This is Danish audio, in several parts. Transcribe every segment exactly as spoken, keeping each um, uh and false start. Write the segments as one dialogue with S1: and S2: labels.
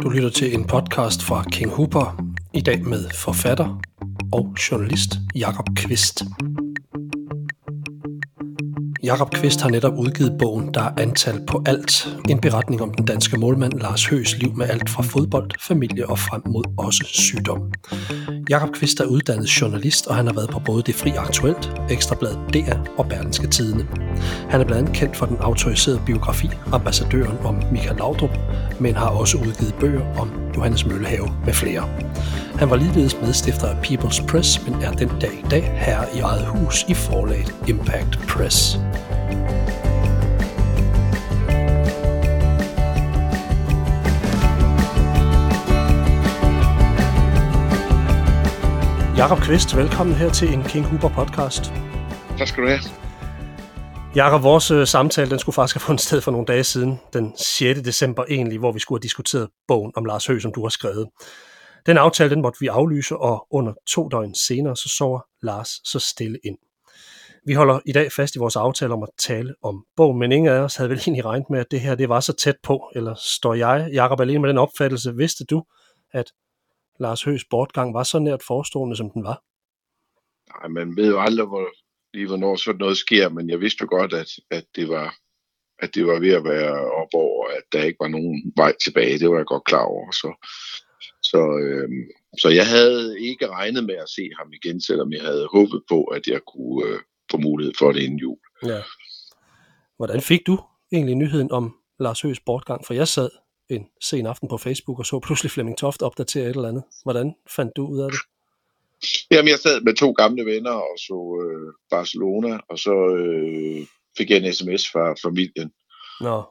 S1: Du lytter til en podcast fra King Hooper, i dag med forfatter og journalist Jakob Kvist. Jakob Kvist har netop udgivet bogen Der er antal på alt. En beretning om den danske målmand Lars Høghs liv med alt fra fodbold, familie og frem mod også sygdom. Jakob Kvist er uddannet journalist, og han har været på både Det Fri Aktuelt, Ekstrabladet D R og Berlingske Tidende. Han er blandt andet kendt for den autoriserede biografi Ambassadøren om Michael Laudrup, men har også udgivet bøger om Johannes Møllehave med flere. Han var ligeledes medstifter af People's Press, men er den dag i dag herre i eget hus i forlaget Impact Press. Jakob Kvist, velkommen her til en King Hooper podcast.
S2: Tak skal du have.
S1: Jakob, vores øh, samtale den skulle faktisk have fundet sted for nogle dage siden, den sjette december egentlig, hvor vi skulle have diskuteret bogen om Lars Høgh, som du har skrevet. Den aftale, den måtte vi aflyse, og under to døgn senere, så sover Lars så stille ind. Vi holder i dag fast i vores aftale om at tale om bogen, men ingen af os havde vel egentlig regnet med, at det her det var så tæt på, eller står jeg, Jakob, alene med den opfattelse? Vidste du, at Lars Høghs bortgang var så nært forestående, som den var?
S2: Nej, man ved jo aldrig, hvor, lige hvornår sådan noget sker, men jeg vidste jo godt, at, at, det var, at det var ved at være op over, at der ikke var nogen vej tilbage. Det var jeg godt klar over. Så, så, øhm, så jeg havde ikke regnet med at se ham igen, selvom jeg havde håbet på, at jeg kunne øh, få mulighed for det inden jul.
S1: Ja. Hvordan fik du egentlig nyheden om Lars Høghs bortgang? For jeg sad en sen aften på Facebook og så pludselig Flemming Toft opdatere et eller andet. Hvordan fandt du ud af det?
S2: Jamen, jeg sad med to gamle venner og så øh, Barcelona, og så øh, fik jeg en sms fra familien.
S1: Nå.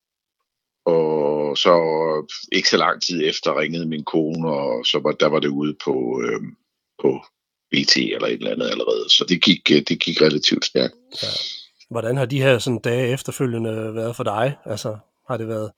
S2: Og så ikke så lang tid efter ringede min kone, og så var, der var det ude på, øh, på B T eller et eller andet allerede. Så det gik, det gik relativt stærkt.
S1: Ja. Hvordan har de her sådan dage efterfølgende været for dig? Altså, har det været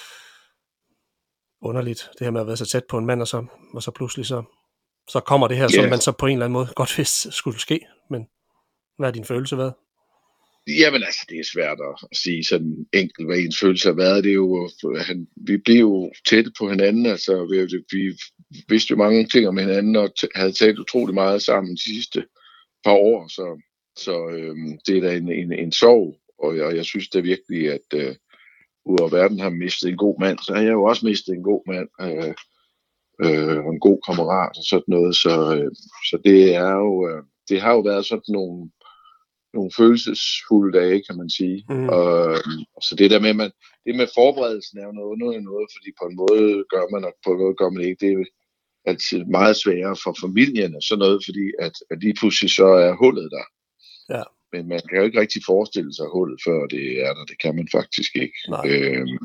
S1: underligt, det her med at være så tæt på en mand, og så, og så pludselig så, så kommer det her, yeah. som man så på en eller anden måde godt vidste skulle ske. Men hvad har din følelse været?
S2: Jamen altså, det er svært at sige sådan enkelt, hvad ens følelse har været. Det er jo, han, vi blev jo tætte på hinanden, altså vi, vi vidste jo mange ting om hinanden, og t- havde talt utrolig meget sammen de sidste par år, så, så øhm, det er da en, en, en sorg, og jeg, jeg synes da virkelig, at øh, udover verden har mistet en god mand, så har jeg jo også mistet en god mand, øh, øh, og en god kammerat og sådan noget, så, øh, så det er jo, øh, det har jo været sådan nogle nogle følelsesfulde dage, kan man sige. Mm. Og, så det der med, man, det med forberedelsen er jo noget, noget, noget, fordi på en måde gør man, og på en måde gør man ikke. Det er altid meget sværere for familien og sådan noget, fordi at, at lige pludselig så er hullet der. Ja. Men man kan jo ikke rigtig forestille sig hullet, før det er der. Det kan man faktisk ikke. Øhm,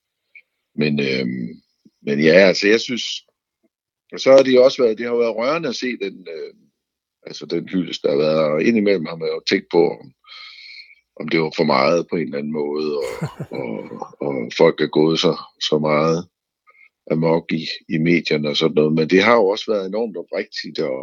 S2: men, øhm, men ja, altså jeg synes, og så har det jo også været, det har været rørende at se den, øh, altså den hyldest, der har været, og indimellem har man jo tænkt på, om, om det var for meget på en eller anden måde, og, og, og folk er gået så, så meget amok i, i medierne og sådan noget, men det har jo også været enormt oprigtigt, og,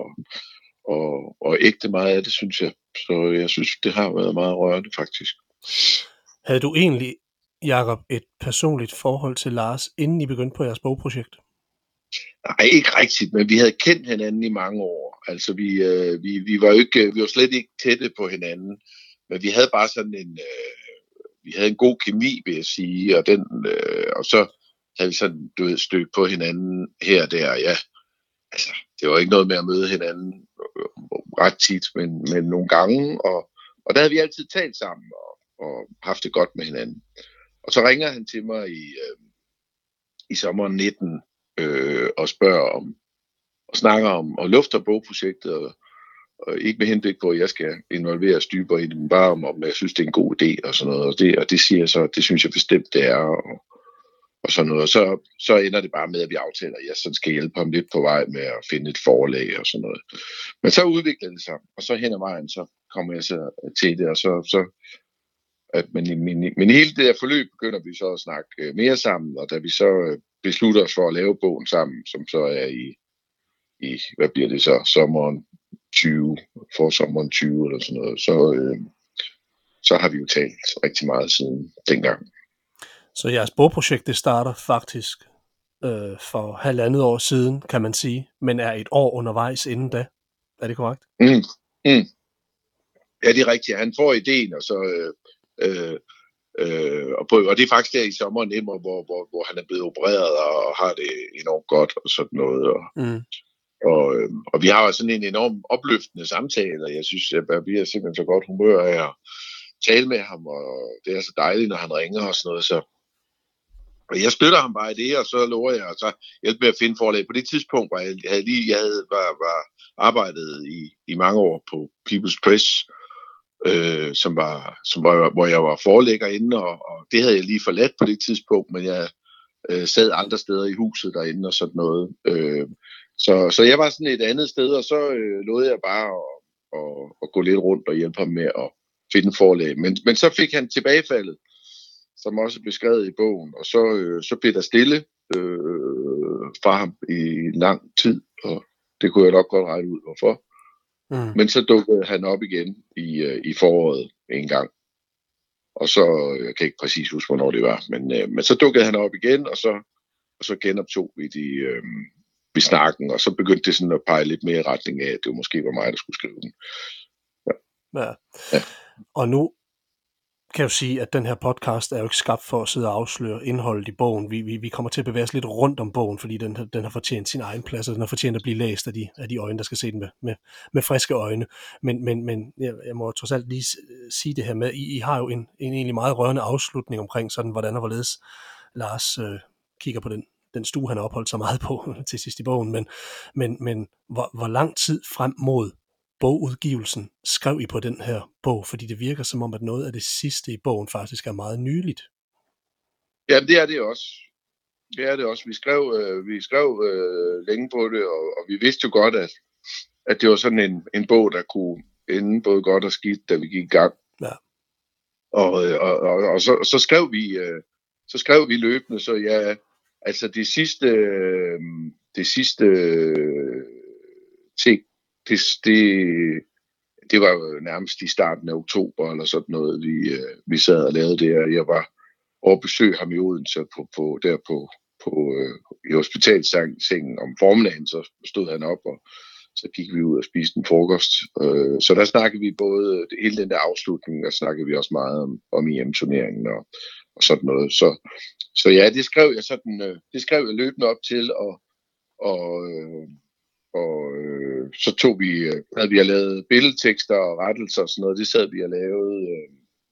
S2: og, og ægte meget af det, synes jeg. Så jeg synes, det har været meget rørende, faktisk.
S1: Havde du egentlig, Jakob, et personligt forhold til Lars, inden I begyndte på jeres bogprojekt?
S2: Nej, ikke rigtigt, men vi havde kendt hinanden i mange år. Altså, vi, øh, vi, vi var jo ikke, vi var slet ikke tætte på hinanden, men vi havde bare sådan en, øh, vi havde en god kemi, vil jeg sige, og den, øh, og så havde vi sådan, du ved, stødt på hinanden her og der, ja. Altså, det var ikke noget med at møde hinanden ret tit, men, men nogle gange, og, og der havde vi altid talt sammen og, og haft det godt med hinanden. Og så ringer han til mig i, øh, i sommeren nitten, Øh, og spørger om, og snakker om, og lufter bogprojektet, og, og ikke med henblik på, at jeg skal involveres dybere i det, men bare om, om jeg synes, det er en god idé, og sådan noget, og det, og det siger jeg så, det synes jeg bestemt, det er, og, og sådan noget, og så, så ender det bare med, at vi aftaler, at jeg sådan skal hjælpe ham lidt på vej med at finde et forlag, og sådan noget. Men så udvikler det sig, og så hen ad vejen, så kommer jeg så til det, og så, så at, men, men, men i hele det her forløb begynder vi så at snakke mere sammen, og da vi så beslutter os for at lave bogen sammen, som så er i, i hvad bliver det så, sommeren tyve, for sommeren tyve eller sådan noget, så, øh, så har vi jo talt rigtig meget siden dengang.
S1: Så jeres bogprojekt, det starter faktisk øh, for halvandet år siden, kan man sige, men er et år undervejs inden da. Er det korrekt?
S2: Mm. Mm. Ja, det er rigtigt. Han får ideen, og så øh, øh, øh, og, på, og det er faktisk der i sommeren, hvor, hvor, hvor, hvor han er blevet opereret og har det enormt godt og sådan noget. Og,
S1: mm.
S2: og, øh, og vi har jo sådan en enorm opløftende samtale, og jeg synes, at vi er simpelthen så godt humør af at tale med ham, og det er så dejligt, når han ringer og sådan noget, så og jeg støtter ham bare i det, og så lover jeg at så hjælpe med at finde forlag. På det tidspunkt var jeg, havde lige, jeg havde var, var arbejdet i, i mange år på People's Press, øh, som var, som var, hvor jeg var forlægger inde, og, og det havde jeg lige forladt på det tidspunkt, men jeg øh, sad andre steder i huset derinde og sådan noget. Øh, så, så jeg var sådan et andet sted, og så øh, lovede jeg bare at, at, at gå lidt rundt og hjælpe ham med at finde forlag. Men, men så fik han tilbagefaldet, som også er beskrevet i bogen, og så, øh, så blev der stille øh, fra ham i lang tid, og det kunne jeg nok godt regne ud, hvorfor. Mm. Men så dukkede han op igen i, øh, i foråret en gang, og så, jeg kan ikke præcis huske, hvornår det var, men, øh, men så dukkede han op igen, og så, og så genoptog vi de, øh, vi snakken, og så begyndte det sådan at pege lidt mere i retning af, at det måske var mig, der skulle skrive den.
S1: Ja. Ja. Ja. Og nu kan jeg jo sige, at den her podcast er jo ikke skabt for at sidde og afsløre indholdet i bogen. Vi, vi, vi kommer til at bevæge os lidt rundt om bogen, fordi den, den har fortjent sin egen plads, og den har fortjent at blive læst af de, af de øjne, der skal se den med, med, med friske øjne. Men, men, men jeg, jeg må trods alt lige sige det her med, I, I har jo en, en egentlig meget rørende afslutning omkring sådan, hvordan og hvorledes Lars øh, kigger på den, den stue, han har opholdt sig meget på til sidst i bogen. Men, men, men hvor, hvor lang tid frem mod bogudgivelsen skrev I på den her bog, fordi det virker som om, at noget af det sidste i bogen faktisk er meget nyligt.
S2: Ja, det er det også. Det er det også. Vi skrev, øh, vi skrev øh, længe på det, og, og vi vidste jo godt, at, at det var sådan en, en bog, der kunne ende både godt og skidt, da vi gik i gang.
S1: Ja.
S2: Og, og, og, og så, så skrev vi øh, så skrev vi løbende, så ja, altså det sidste øh, det sidste øh, ting, det, det, det var jo nærmest i starten af oktober, eller sådan noget, vi, øh, vi sad og lavede det, og jeg var over besøg ham i Odense på, på, der på, på øh, i hospitalsengen om formiddagen, så stod han op, og så gik vi ud og spiste en frokost. Øh, så der snakkede vi både, hele den der afslutning, der snakkede vi også meget om, om I M-turneringen og, og sådan noget. Så, så ja, det skrev jeg sådan, øh, det skrev jeg løbende op til, og, og, øh, og øh, så tog vi, øh, havde vi lavet billedtekster og rettelser og sådan noget, det sad vi og lavede øh,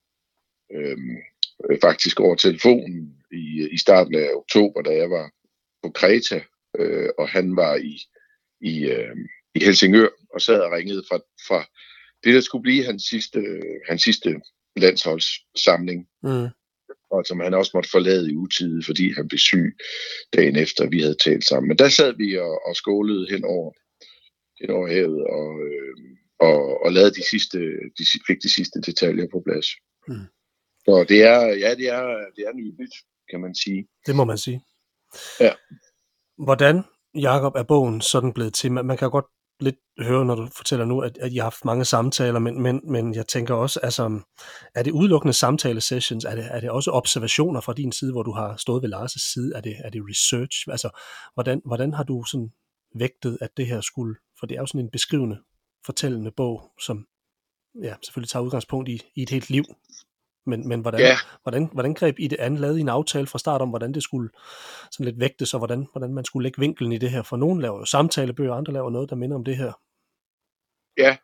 S2: øh, faktisk over telefonen i, i starten af oktober, da jeg var på Kreta, øh, og han var i, i, øh, i Helsingør, og sad og ringede fra, fra det, der skulle blive hans sidste, hans sidste landsholdssamling, mm. og som han også måtte forlade i utide, fordi han blev syg dagen efter, vi havde talt sammen. Men der sad vi og, og skålede hen over, hen over havet, og, øh, og, og lavede de sidste, de, fik de sidste detaljer på plads. Mm. Så det er, ja, det er, det er nyligt, kan man sige.
S1: Det må man sige.
S2: Ja.
S1: Hvordan, Jakob, er bogen sådan blevet til? Man kan godt lidt høre, når du fortæller nu, at, at I har haft mange samtaler, men, men, men jeg tænker også, altså, er det udelukkende samtale-sessions? Er det, er det også observationer fra din side, hvor du har stået ved Lars' side? Er det, er det research? Altså, hvordan, hvordan har du sådan vægtet, at det her skulle? For det er jo sådan en beskrivende, fortællende bog, som ja, selvfølgelig tager udgangspunkt i, i et helt liv. Men, men hvordan, yeah. hvordan, hvordan greb I det an? Lavede I en aftale fra start om, hvordan det skulle sådan lidt vægtes, og hvordan, hvordan man skulle lægge vinklen i det her? For nogen laver jo samtalebøger, andre laver noget, der minder om det her.
S2: Ja,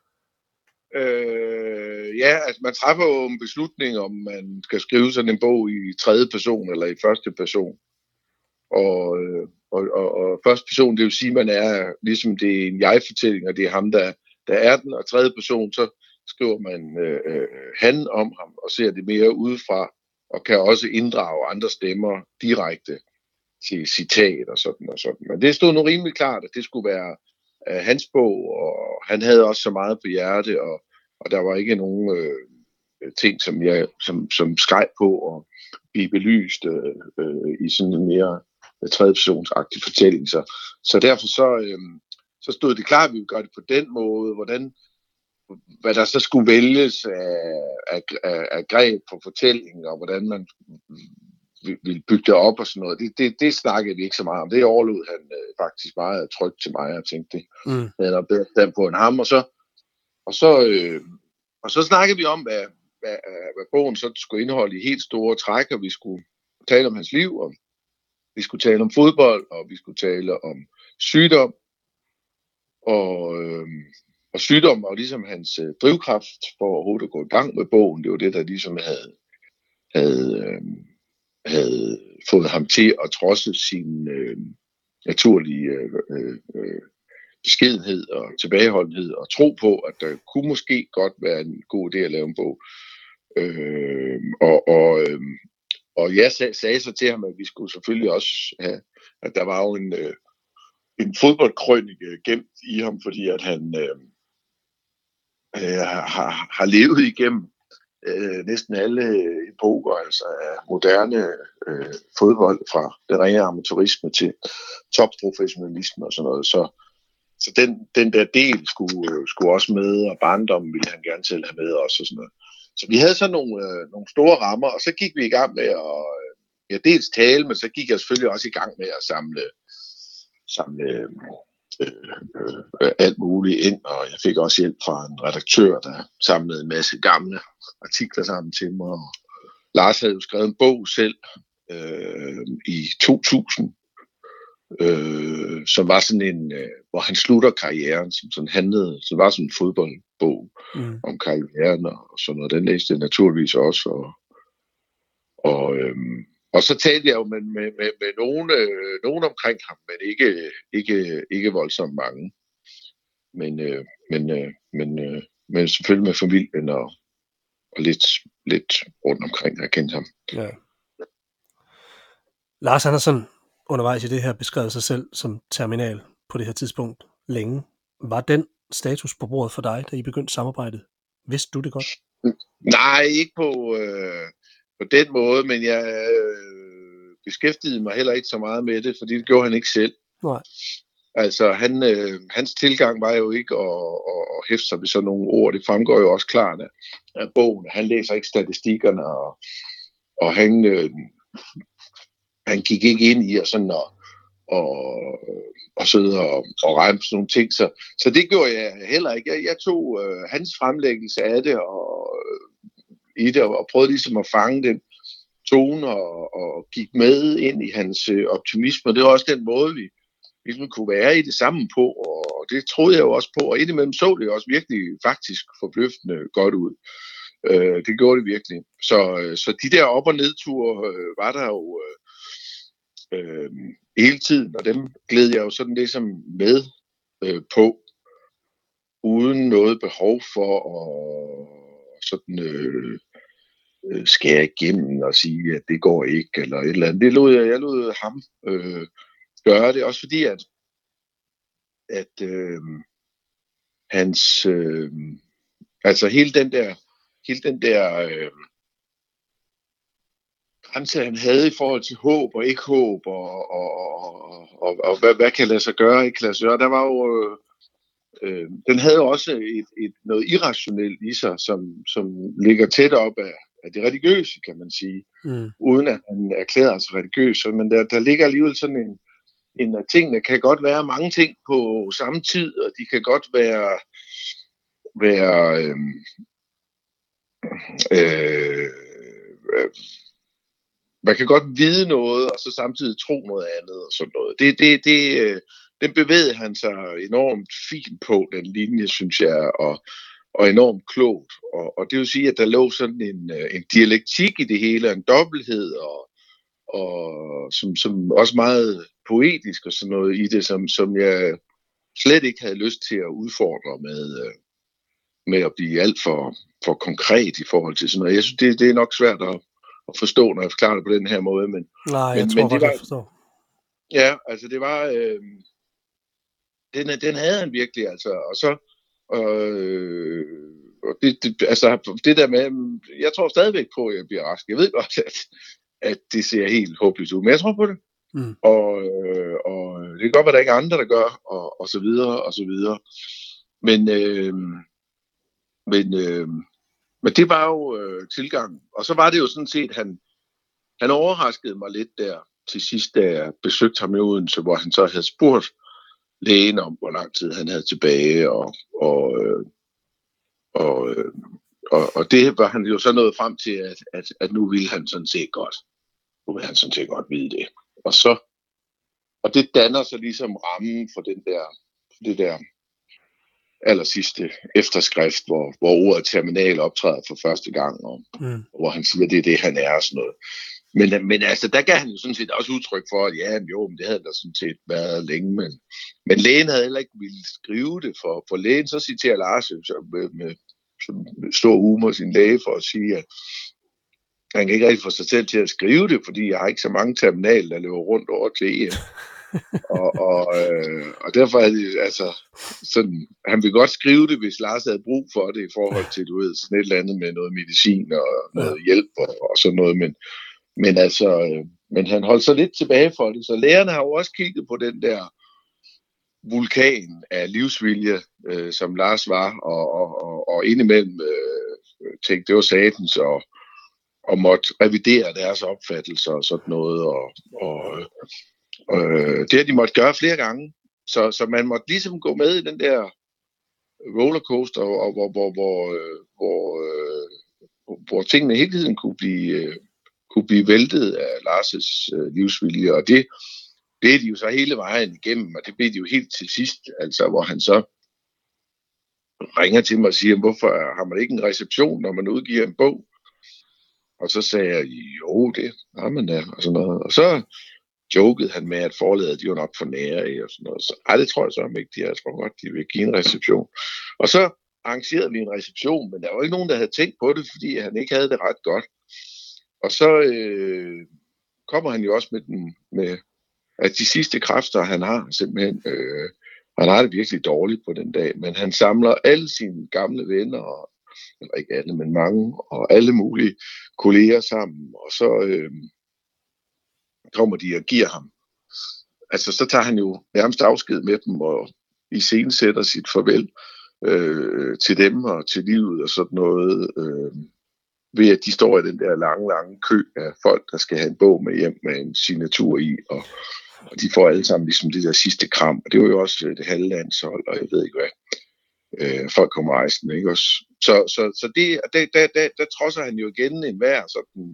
S2: øh, ja, altså man træffer jo en beslutning, om man skal skrive sådan en bog i tredje person eller i første person. Og, og, og, og første person, det vil sige, man er ligesom det er en jeg-fortælling, og det er ham, der, der er den, og tredje person, så skriver man øh, han om ham og ser det mere udefra, og kan også inddrage andre stemmer direkte til citat og sådan og sådan. Men det stod nu rimelig klart, at det skulle være øh, hans bog, og han havde også så meget på hjerte, og, og der var ikke nogen øh, ting, som jeg som, som skreg på og blive belyst øh, øh, i sådan en mere øh, tredjepersonsagtig fortælling. Så, så derfor så, øh, så stod det klart, at vi ville gøre det på den måde, hvordan hvad der så skulle vælges af, af, af, af greb på fortællingen, og hvordan man ville bygge det op og sådan noget. Det, det, det snakkede vi ikke så meget om. Det overlod han øh, faktisk meget trygt til mig, og tænkte, det mm. han er bedre stand på end ham. Og så, og så, øh, og så snakkede vi om, hvad, hvad, hvad bogen så skulle indeholde i helt store træk, og vi skulle tale om hans liv, og vi skulle tale om fodbold, og vi skulle tale om sygdom. Og, øh, og sygdom var ligesom hans øh, drivkraft for overhovedet at gå i gang med bogen. Det var det, der ligesom havde, havde, øh, havde fået ham til at trodse sin øh, naturlige øh, øh, beskedenhed og tilbageholdenhed, og tro på, at der kunne måske godt være en god idé at lave en bog. Øh, og, og, øh, og jeg sag, sagde så til ham, at vi skulle selvfølgelig også have, at der var jo en, øh, en fodboldkrønike gemt i ham, fordi at han øh, øh, har, har levet igennem øh, næsten alle epoker, altså af moderne øh, fodbold, fra den rene amatørisme til topprofessionalisme og sådan noget. Så, så den, den der del skulle, øh, skulle også med, og barndommen ville han gerne selv have med os og sådan noget. Så vi havde så nogle, øh, nogle store rammer, og så gik vi i gang med at ja, dels tale, men så gik jeg selvfølgelig også i gang med at samle, samle øh, øh, alt muligt ind, og jeg fik også hjælp fra en redaktør, der samlede en masse gamle artikler sammen til mig. Og Lars havde jo skrevet en bog selv øh, i to tusind, øh, som var sådan en, øh, hvor han slutter karrieren, som sådan handlede, så var sådan en fodboldbog mm. om karrieren og sådan noget. Den læste jeg naturligvis også, og, og øhm, Og så talte jeg jo med, med, med, med nogen, øh, nogen omkring ham, men ikke, ikke, ikke voldsomt mange. Men, øh, men, øh, men, øh, men selvfølgelig med familien og, og lidt, lidt rundt omkring, der kendte ham. Ja.
S1: Lars Andersen, undervejs i det her, beskrevet sig selv som terminal på det her tidspunkt længe. Var den status på bordet for dig, da I begyndte samarbejdet? Vidste du det godt?
S2: Nej, ikke på... Øh... på den måde, men jeg øh, beskæftigede mig heller ikke så meget med det, fordi det gjorde han ikke selv. Nej. Altså, han, øh, hans tilgang var jo ikke at, at, at hæfte sig ved sådan nogle ord. Det fremgår jo også klart af, af bogen. Han læser ikke statistikkerne, og, og han, øh, han gik ikke ind i og sådan og, og, og sidde og, og regne på sådan nogle ting. Så, så det gjorde jeg heller ikke. Jeg, jeg tog øh, hans fremlæggelse af det, og i det, og prøvede ligesom at fange den tone, og, og gik med ind i hans øh, optimisme, og det var også den måde, vi ligesom kunne være i det sammen på, og det troede jeg jo også på, og indimellem så det også virkelig faktisk forbløffende godt ud. Øh, det gjorde det virkelig. Så, så de der op- og nedture øh, var der jo øh, øh, hele tiden, og dem gled jeg jo sådan ligesom med øh, på, uden noget behov for at sådan øh, skære igennem og sige, at det går ikke, eller et eller andet. Det lod jeg, jeg lod ham øh, gøre det, også fordi, at, at øh, hans, øh, altså hele den der, hele den der øh, grænse, han havde i forhold til håb og ikke håb, og, og, og, og, og hvad, hvad kan lade sig gøre, ikke lade sig gøre, der var jo, øh, den havde jo også et, et, noget irrationelt i sig, som, som ligger tæt op af af det religiøse, kan man sige, mm. uden at han erklærer sig religiøs. Men der, der ligger alligevel sådan en, en af tingene, kan godt være mange ting på samme tid, og de kan godt være, være øh, øh, øh, man kan godt vide noget, og så samtidig tro noget andet, og sådan noget. Det, det, det, øh, den bevægede han sig enormt fint på, den linje, synes jeg, og og enormt klogt, og, og det vil sige, at der lå sådan en, en dialektik i det hele, en dobbelthed, og, og som, som også meget poetisk og sådan noget i det, som, som jeg slet ikke havde lyst til at udfordre med, med at blive alt for, for konkret i forhold til sådan noget. Jeg synes, det, det er nok svært at, at forstå, når jeg forklarer det på den her måde, men,
S1: Nej, jeg
S2: men,
S1: tror
S2: men
S1: godt,
S2: det var,
S1: jeg forstår.
S2: Ja, altså det var, øh, den, den havde han virkelig, altså, og så Øh, og det, det, altså, det der med, jeg tror stadigvæk på, at jeg bliver rask. Jeg ved godt, at, at det ser helt håbløst ud, men jeg tror på det. Mm. Og, øh, og det kan godt være, der ikke er andre, der gør, og, og så videre, og så videre. Men, øh, men, øh, men det var jo øh, tilgangen. Og så var det jo sådan set, han, han overraskede mig lidt der til sidst, da jeg besøgte ham i Odense, hvor han så havde spurgt lægen om, hvor lang tid han havde tilbage, og, og, øh, og, øh, og, og det var han jo så nået frem til, at, at, at nu ville han sådan set godt. Nu vil han sådan set godt vide det. Og så, og det danner så ligesom rammen for den der, for det der aller sidste efterskrift, hvor, hvor ordet terminal optræder for første gang, og, mm. og hvor han siger, at det er det, han er og sådan noget. Men, men altså, der gav han jo sådan set også udtryk for, at ja, jo, men det havde der sådan set været længe, men, men lægen havde heller ikke ville skrive det for, for lægen. Så citerer Lars så med, med, med stor humor sin læge for at sige, at han kan ikke rigtig få sig selv til at skrive det, fordi jeg har ikke så mange terminaler, der løber rundt over til E M. og, og, øh, og derfor er det, altså, sådan, han vil godt skrive det, hvis Lars havde brug for det i forhold til, du ved, sådan et eller andet med noget medicin og noget ja. hjælp og, og sådan noget, men, men altså, øh, men han holdt så lidt tilbage for det, så lærerne har jo også kigget på den der vulkan af livsvilje, øh, som Lars var, og, og, og, og indimellem øh, tænkte, det var satans, og og måtte revidere deres opfattelser og sådan noget, og, og, og det har de måtte gøre flere gange, så, så man måtte ligesom gå med i den der rollercoaster, og hvor, hvor, hvor, hvor, hvor, hvor tingene hele tiden kunne blive, kunne blive væltet af Lars' livsvilje, og det, det er de jo så hele vejen igennem, og det blev de jo helt til sidst, altså hvor han så ringer til mig og siger, hvorfor har man ikke en reception, når man udgiver en bog? Og så sagde jeg, jo, det har man da, og sådan noget. Og så jokede han med, at forlaget, de var nok for nære i, og sådan noget. Så ej, det tror jeg så ikke, de er. Jeg tror godt, de vil give en reception. Og så arrangerede vi en reception, men der var ikke nogen, der havde tænkt på det, fordi han ikke havde det ret godt. Og så øh, kommer han jo også med, den, med at de sidste kræfter, han har, simpelthen, øh, han har det virkelig dårligt på den dag, men han samler alle sine gamle venner, og eller ikke alle, men mange, og alle mulige kolleger sammen, og så øh, kommer de og giver ham. Altså, så tager han jo nærmest afsked med dem, og iscenesætter sit farvel øh, til dem, og til livet, og sådan noget, øh, ved at de står i den der lange, lange kø af folk, der skal have en bog med hjem med en signatur i, og, og de får alle sammen ligesom det der sidste kram, og det var jo også det halve landshold, og jeg ved ikke hvad. Øh, folk kommer rejsen, ikke også? Så, så, så det, der, der, der, der trodser han jo igen en hver sådan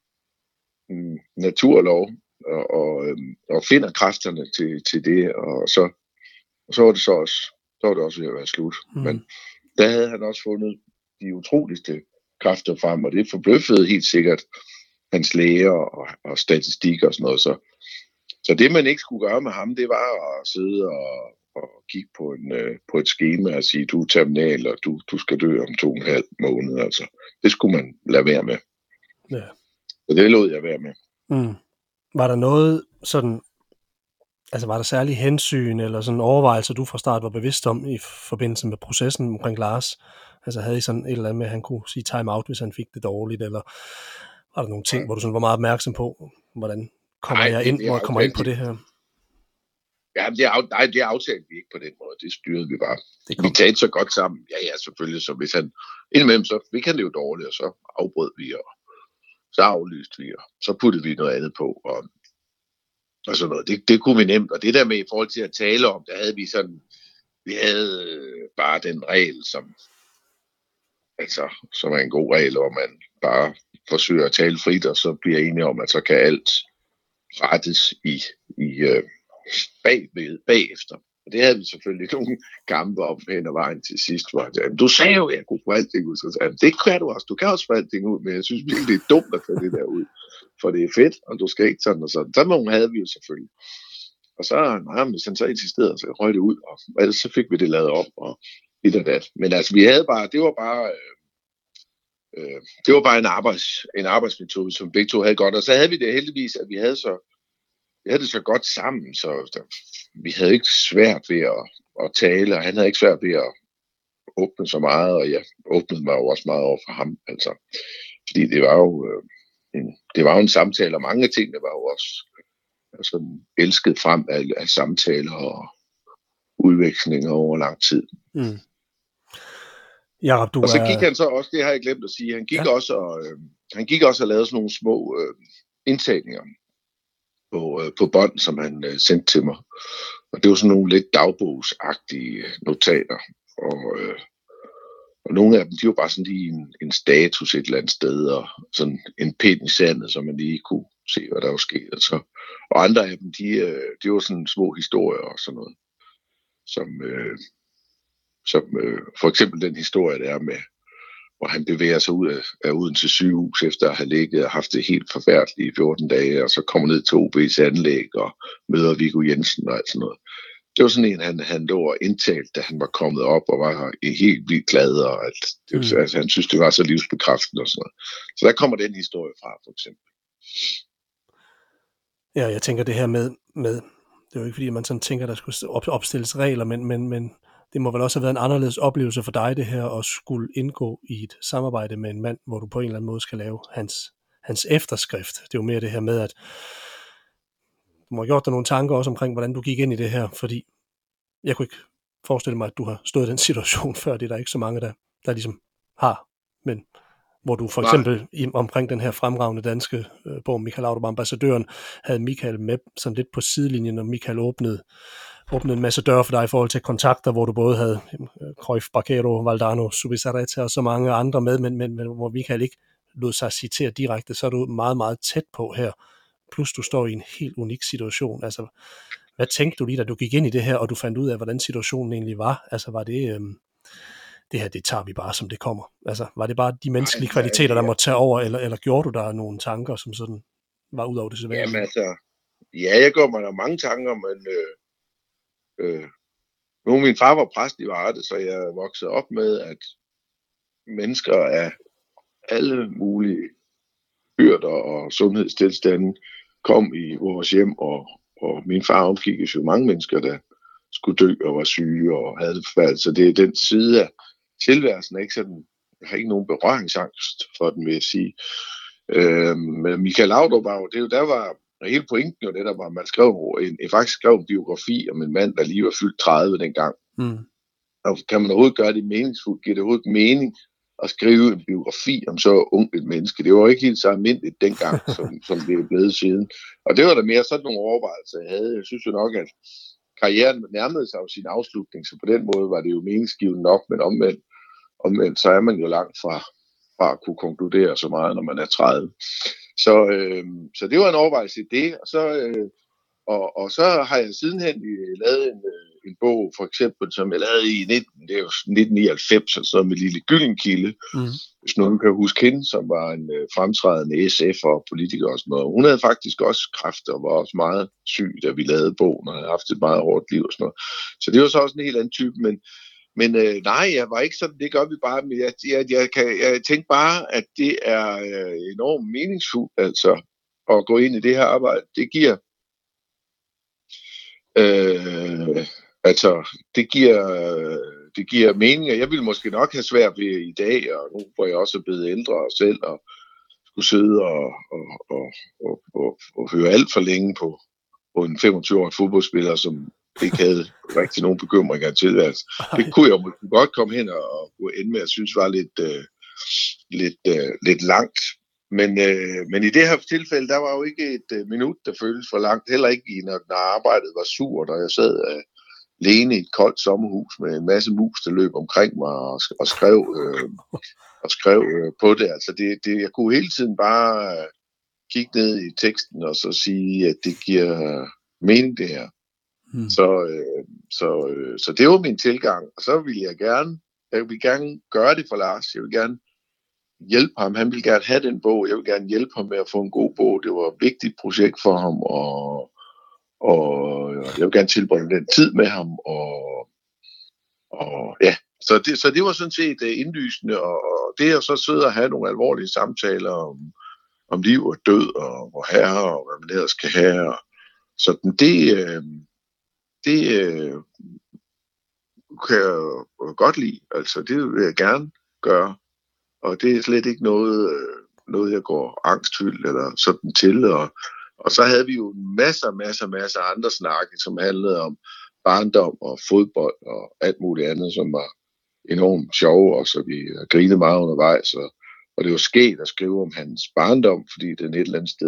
S2: en naturlov, og, og, og finder kræfterne til, til det, og så, og så var det så også, så var det også ved at være slut. Mm. Men der havde han også fundet de utroligste kræfter frem, og det forbløffede helt sikkert hans læger og, og statistik og sådan noget. Så, så det, man ikke skulle gøre med ham, det var at sidde og og kigge på, en, øh, på et skema og sige, du er terminal, og du, du skal dø om to og en halv måned. Altså. Det skulle man lade være med. Ja. Så det lod jeg være med.
S1: Mm. Var der noget sådan, altså var der særlig hensyn eller sådan overvejelser, du fra start var bevidst om i forbindelse med processen omkring Lars? Altså havde I sådan et eller andet med, at han kunne sige time out, hvis han fik det dårligt, eller var der nogle ting, ja. hvor du sådan var meget opmærksom på, hvordan kommer Nej, jeg ind, hvor jeg kommer ind på det her?
S2: Ja, det, af, nej, det aftalte vi ikke på den måde. Det styrede vi bare. Vi talte så godt sammen. Ja, ja, selvfølgelig. Så hvis han indimellem, så fik han det jo dårligt, og så afbrød vi, og så aflyste vi, og så puttede vi noget andet på, og, og sådan noget. Det, det kunne vi nemt. Og det der med i forhold til at tale om, der havde vi sådan, vi havde bare den regel, som, altså, som er en god regel, hvor man bare forsøger at tale frit, og så bliver enige om, at så kan alt rettes i, i øh, Bag, bagefter. Og det havde vi selvfølgelig nogle kampe op hen ad vejen til sidst, hvor jeg, du sagde jo, at jeg kunne få alting ud. Så sagde, det kan du også. Du kan også få alting ud, men jeg synes virkelig, det er dumt at få det der ud. For det er fedt, og du skal ikke sådan og sådan. Sådan nogle havde vi jo selvfølgelig. Og så, nej, hvis han så insisterede, så røg det ud, og ellers så fik vi det lavet op, og lidt af det. Men altså, vi havde bare, det var bare, øh, øh, det var bare en, arbejds, en arbejdsmetode, som begge to havde godt. Og så havde vi det heldigvis, at vi havde så Vi havde det så godt sammen, så der, vi havde ikke svært ved at, at tale, og han havde ikke svært ved at åbne så meget, og jeg åbnede mig jo også meget over for ham, altså. Fordi det var jo, øh, en, det var jo en samtale, og mange ting, der var jo også altså, elsket frem af, af samtaler og udvekslinger over lang tid. Mm.
S1: Jacob, du
S2: og så
S1: er...
S2: gik han så også, det har jeg glemt at sige, han gik, ja. også, og, øh, han gik også og lavede sådan nogle små... Øh, indtagninger på, øh, på bånd, som han øh, sendte til mig. Og det var sådan nogle lidt dagbogsagtige notater. Og, øh, og nogle af dem, de var bare sådan lige en, en status et eller andet sted, og sådan en pind i sandet, så man lige kunne se, hvad der var sket. Og, så, og andre af dem, de, øh, de var sådan små historier og sådan noget. Som, øh, som øh, for eksempel den historie, der er med, hvor han bevæger sig ud af, af Odense sygehus, efter at have ligget og haft det helt forfærdeligt i fjorten dage, og så kommer ned til O B's anlæg og møder Viggo Jensen og alt sådan noget. Det var sådan en, han, han lå og indtalt, da han var kommet op og var helt vildt glad, og alt. Det, mm. altså, han synes, det var så livsbekræftende og sådan noget. Så der kommer den historie fra, for eksempel.
S1: Ja, jeg tænker det her med, med det er jo ikke fordi, man sådan tænker, der skulle op, opstilles regler, men, men, men det må vel også have været en anderledes oplevelse for dig, det her, at skulle indgå i et samarbejde med en mand, hvor du på en eller anden måde skal lave hans, hans efterskrift. Det er jo mere det her med, at du må have gjort dig nogle tanker også omkring, hvordan du gik ind i det her, fordi jeg kunne ikke forestille mig, at du har stået i den situation før. Det er der ikke så mange, der, der ligesom har. Men hvor du for eksempel i, omkring den her fremragende danske øh, bog, Michael Laudrup, Ambassadøren, havde Michael med sådan lidt på sidelinjen, og Michael åbnede, åbnede en masse døre for dig i forhold til kontakter, hvor du både havde øh, Cruyff, Baquero, Valdano, Zubizarreta og så mange andre med, men, men, men hvor Michael ikke lod sig citere direkte, så er du meget, meget tæt på her. Plus du står i en helt unik situation. Altså, hvad tænkte du lige, da du gik ind i det her, og du fandt ud af, hvordan situationen egentlig var? Altså, var det, øhm, det her, det tager vi bare, som det kommer? Altså, var det bare de menneskelige Ej, kvaliteter, der måtte tage over, eller, eller gjorde du der nogle tanker, som sådan var ud over det sædvanlige?
S2: Jamen altså, ja, jeg gør mig der mange tanker, men øh, øh, nu min far var præst i Varde, så jeg voksede op med, at mennesker af alle mulige byrder og sundhedstilstande kom i vores hjem, og, og min far omgik jo mange mennesker, der skulle dø og var syge og havde det forfærdeligt. Så det er den side af tilværelsen, ikke sådan, jeg har ikke nogen berøringsangst for den, vil jeg sige. Øh, men Michael Laudrup var jo, det er jo, der var hele pointen jo det, der var, man skrev en, en faktisk skrev en biografi om en mand, der lige var fyldt tredive dengang. Mm. Og kan man overhovedet gøre det meningsfuldt? Giver det overhovedet mening at skrive en biografi om så ungt et menneske? Det var ikke helt så almindeligt dengang, som, som det er blevet siden. Og det var da mere sådan nogle overvejelser, jeg havde. Jeg synes jo nok, at karrieren nærmede sig af sin afslutning, så på den måde var det jo meningsgivende nok, men omvendt, omvendt så er man jo langt fra, fra at kunne konkludere så meget, når man er tredive. Så, øh, så det var en overvejelse i det, og så, øh, og, og så har jeg sidenhen lavet en, en bog, for eksempel, som jeg lavede i nitten, det er jo nitten nioghalvfems, altså med Lille Gyllenkilde, mm. hvis nogen kan huske hende, som var en øh, fremtrædende S F og politiker og sådan noget. Hun havde faktisk også kræft og var også meget syg, da vi lavede bogen, og havde haft et meget hårdt liv og sådan noget. Så det var så også en helt anden type, men Men øh, nej, jeg var ikke sådan, det gør vi bare, men jeg, jeg, jeg, kan, jeg tænker bare, at det er øh, enormt meningsfuldt, altså, at gå ind i det her arbejde. Det giver, øh, altså, det giver, øh, det giver mening, og jeg ville måske nok have svært ved i dag, og nu hvor jeg også er blevet ældre og selv, og skulle sidde og, og, og, og, og, og høre alt for længe på, på en femogtyve-årig fodboldspiller, som ikke havde rigtig nogen bekymringer af tilværelsen. Det kunne jeg måske godt komme hen og, og ende med, at jeg synes var lidt, øh, lidt, øh, lidt langt. Men, øh, men i det her tilfælde, der var jo ikke et øh, minut, der føltes for langt. Heller ikke i, når, når arbejdet var surt, og jeg sad øh, alene i et koldt sommerhus med en masse mus, der løb omkring mig og, og skrev, øh, og skrev øh, på det. Altså det, det, jeg kunne hele tiden bare øh, kigge ned i teksten og så sige, at det giver mening, det her. Hmm. Så, øh, så, øh, så det var min tilgang, og så ville jeg gerne, jeg vil gerne gøre det for Lars, jeg vil gerne hjælpe ham, han ville gerne have den bog, jeg vil gerne hjælpe ham med at få en god bog, det var et vigtigt projekt for ham, og, og jeg vil gerne tilbringe den tid med ham, og, og ja, så det, så det var sådan set indlysende, og, og det at så sidde og have nogle alvorlige samtaler om, om liv og død, og hvor herre, og hvad man ellers skal have, og sådan det... Øh, Det øh, kan jeg godt lide, altså det vil jeg gerne gøre, og det er slet ikke noget, øh, noget jeg går angstfyldt eller sådan til, og, og så havde vi jo masser, masser, masser af andre snakke, som handlede om barndom og fodbold og alt muligt andet, som var enormt sjove, og så vi grinede meget undervejs, og, og det var sket at skrive om hans barndom, fordi den et eller andet sted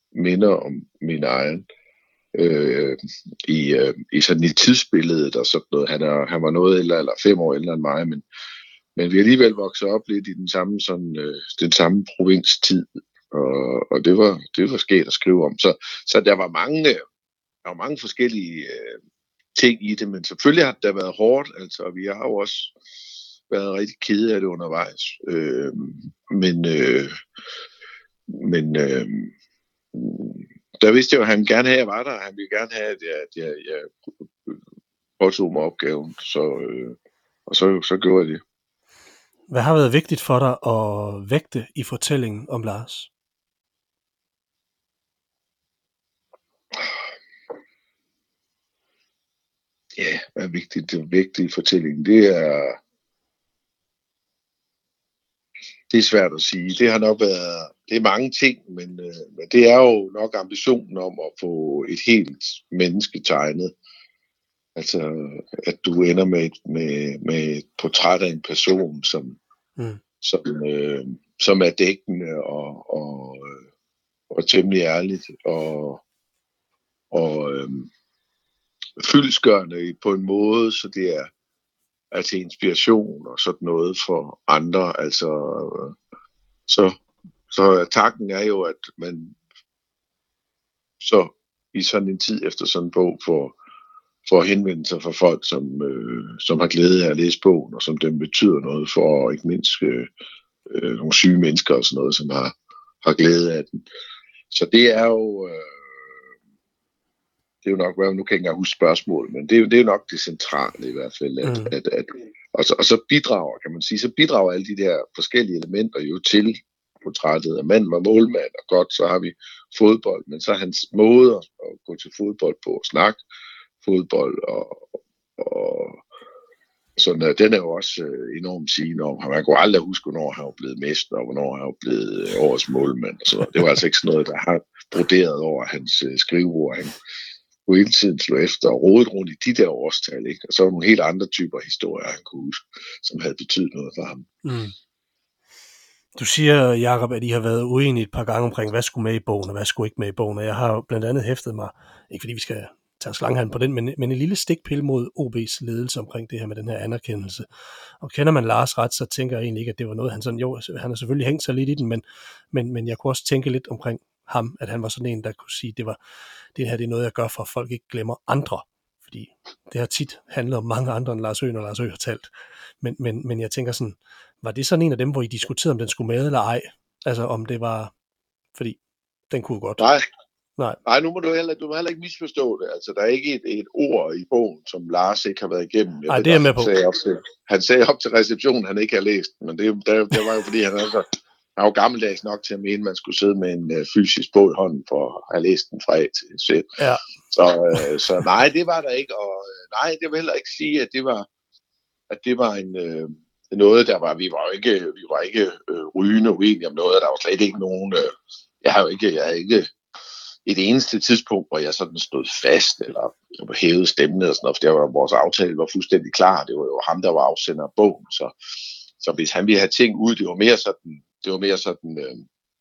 S2: minder om min egen. Øh, i, øh, i sådan et tidsbilledet og sådan noget. Han, er, han var noget ældre, eller fem år ældre end mig, men, men vi er alligevel vokset op lidt i den samme, sådan, øh, den samme provinstid, og, og det var det var sket at skrive om. Så, så der var mange, der var mange forskellige øh, ting i det, men selvfølgelig har det været hårdt, altså vi har jo også været rigtig kede af det undervejs. Øh, men øh, men øh, der vidste jeg jo, at han gerne have, at jeg var der. Han ville gerne have, at jeg, at jeg, jeg påtog mig opgaven. Så, øh, og så, så gjorde jeg det.
S1: Hvad har været vigtigt for dig at vægte i fortællingen om Lars?
S2: Ja, hvad er vigtigt? Det vigtige i fortællingen, det er det er svært at sige. Det har nok været, det er mange ting, men, øh, men det er jo nok ambitionen om at få et helt menneske tegnet. Altså, at du ender med et, med, med et portræt af en person, som, mm. som, øh, som er dækkende og, og, og temmelig ærligt og, og øh, fyldestgørende på en måde, så det er, er til inspiration og sådan noget for andre. Altså, øh, så, så takken er jo, at man så i sådan en tid efter sådan en bog får for at henvende sig for folk, som, øh, som har glæde af at læse bogen, og som dem betyder noget for, ikke mindst øh, øh, nogle syge mennesker og sådan noget, som har, har glæde af den. Så det er jo, øh, det er jo nok, nu kan jeg ikke engang huske spørgsmålet, men det er, det er jo nok det centrale i hvert fald, at, mm. at, at og, så, og så bidrager, kan man sige, så bidrager alle de der forskellige elementer jo til portrættet af manden var målmand, og godt, så har vi fodbold, men så hans måde at gå til fodbold på, at snakke fodbold, og, og sådan, uh, den er jo også uh, enormt sigende om. Man kunne aldrig huske, hvornår han var blevet mester, og hvornår han var blevet uh, årets målmand. Og så. Det var altså ikke sådan noget, der har broderet over hans uh, skrivebord. Han kunne hele tiden slå efter og rodet rundt i de der årstal, ikke? Og så var nogle helt andre typer historier, han kunne huske, som havde betydet noget for ham. Mm.
S1: Du siger, Jacob, at I har været uenige et par gange omkring, hvad skulle med i bogen, og hvad skulle ikke med i bogen. Og jeg har blandt andet hæftet mig, ikke fordi vi skal tage slanghandel på den, men, men en lille stikpille mod O B's ledelse omkring det her med den her anerkendelse. Og kender man Lars ret, så tænker jeg egentlig ikke, at det var noget, han sådan, jo, han har selvfølgelig hængt sig lidt i den, men, men, men jeg kunne også tænke lidt omkring ham, at han var sådan en, der kunne sige, det var, det her det er noget, jeg gør, for at folk ikke glemmer andre. Fordi det har tit handlet om mange andre end Lars Ø, når Lars Ø har talt. Men, men, men jeg tænker sådan, var det sådan en af dem, hvor I diskuterede, om den skulle med eller ej? Altså om det var, fordi den kunne godt.
S2: Nej.
S1: Nej.
S2: Nej, nu må du heller, du må heller ikke misforstå det. Altså, der er ikke et, et ord i bogen, som Lars ikke har været igennem.
S1: Nej, det er med på.
S2: Han sagde, op til, han sagde op til receptionen, han ikke har læst, men det, det, det var jo fordi, han altså, han var gammeldags nok til at mene, at man skulle sidde med en uh, fysisk bog i hånden for at have læst den fra A til Z.
S1: Ja.
S2: Så, uh, så nej, det var der ikke. Og uh, nej, det vil heller ikke sige, at det var, at det var en... Uh, noget, der var, vi var jo ikke, vi var ikke uh, rygende uenige om noget, der var slet ikke nogen, uh, jeg har jo ikke, jeg havde ikke et eneste tidspunkt, hvor jeg sådan stod fast, eller hævede stemmen, og sådan noget, for det var, vores aftale var fuldstændig klar, det var jo ham, der var afsender af bogen, så, så hvis han ville have ting ud, det var mere sådan, det var mere sådan, øh,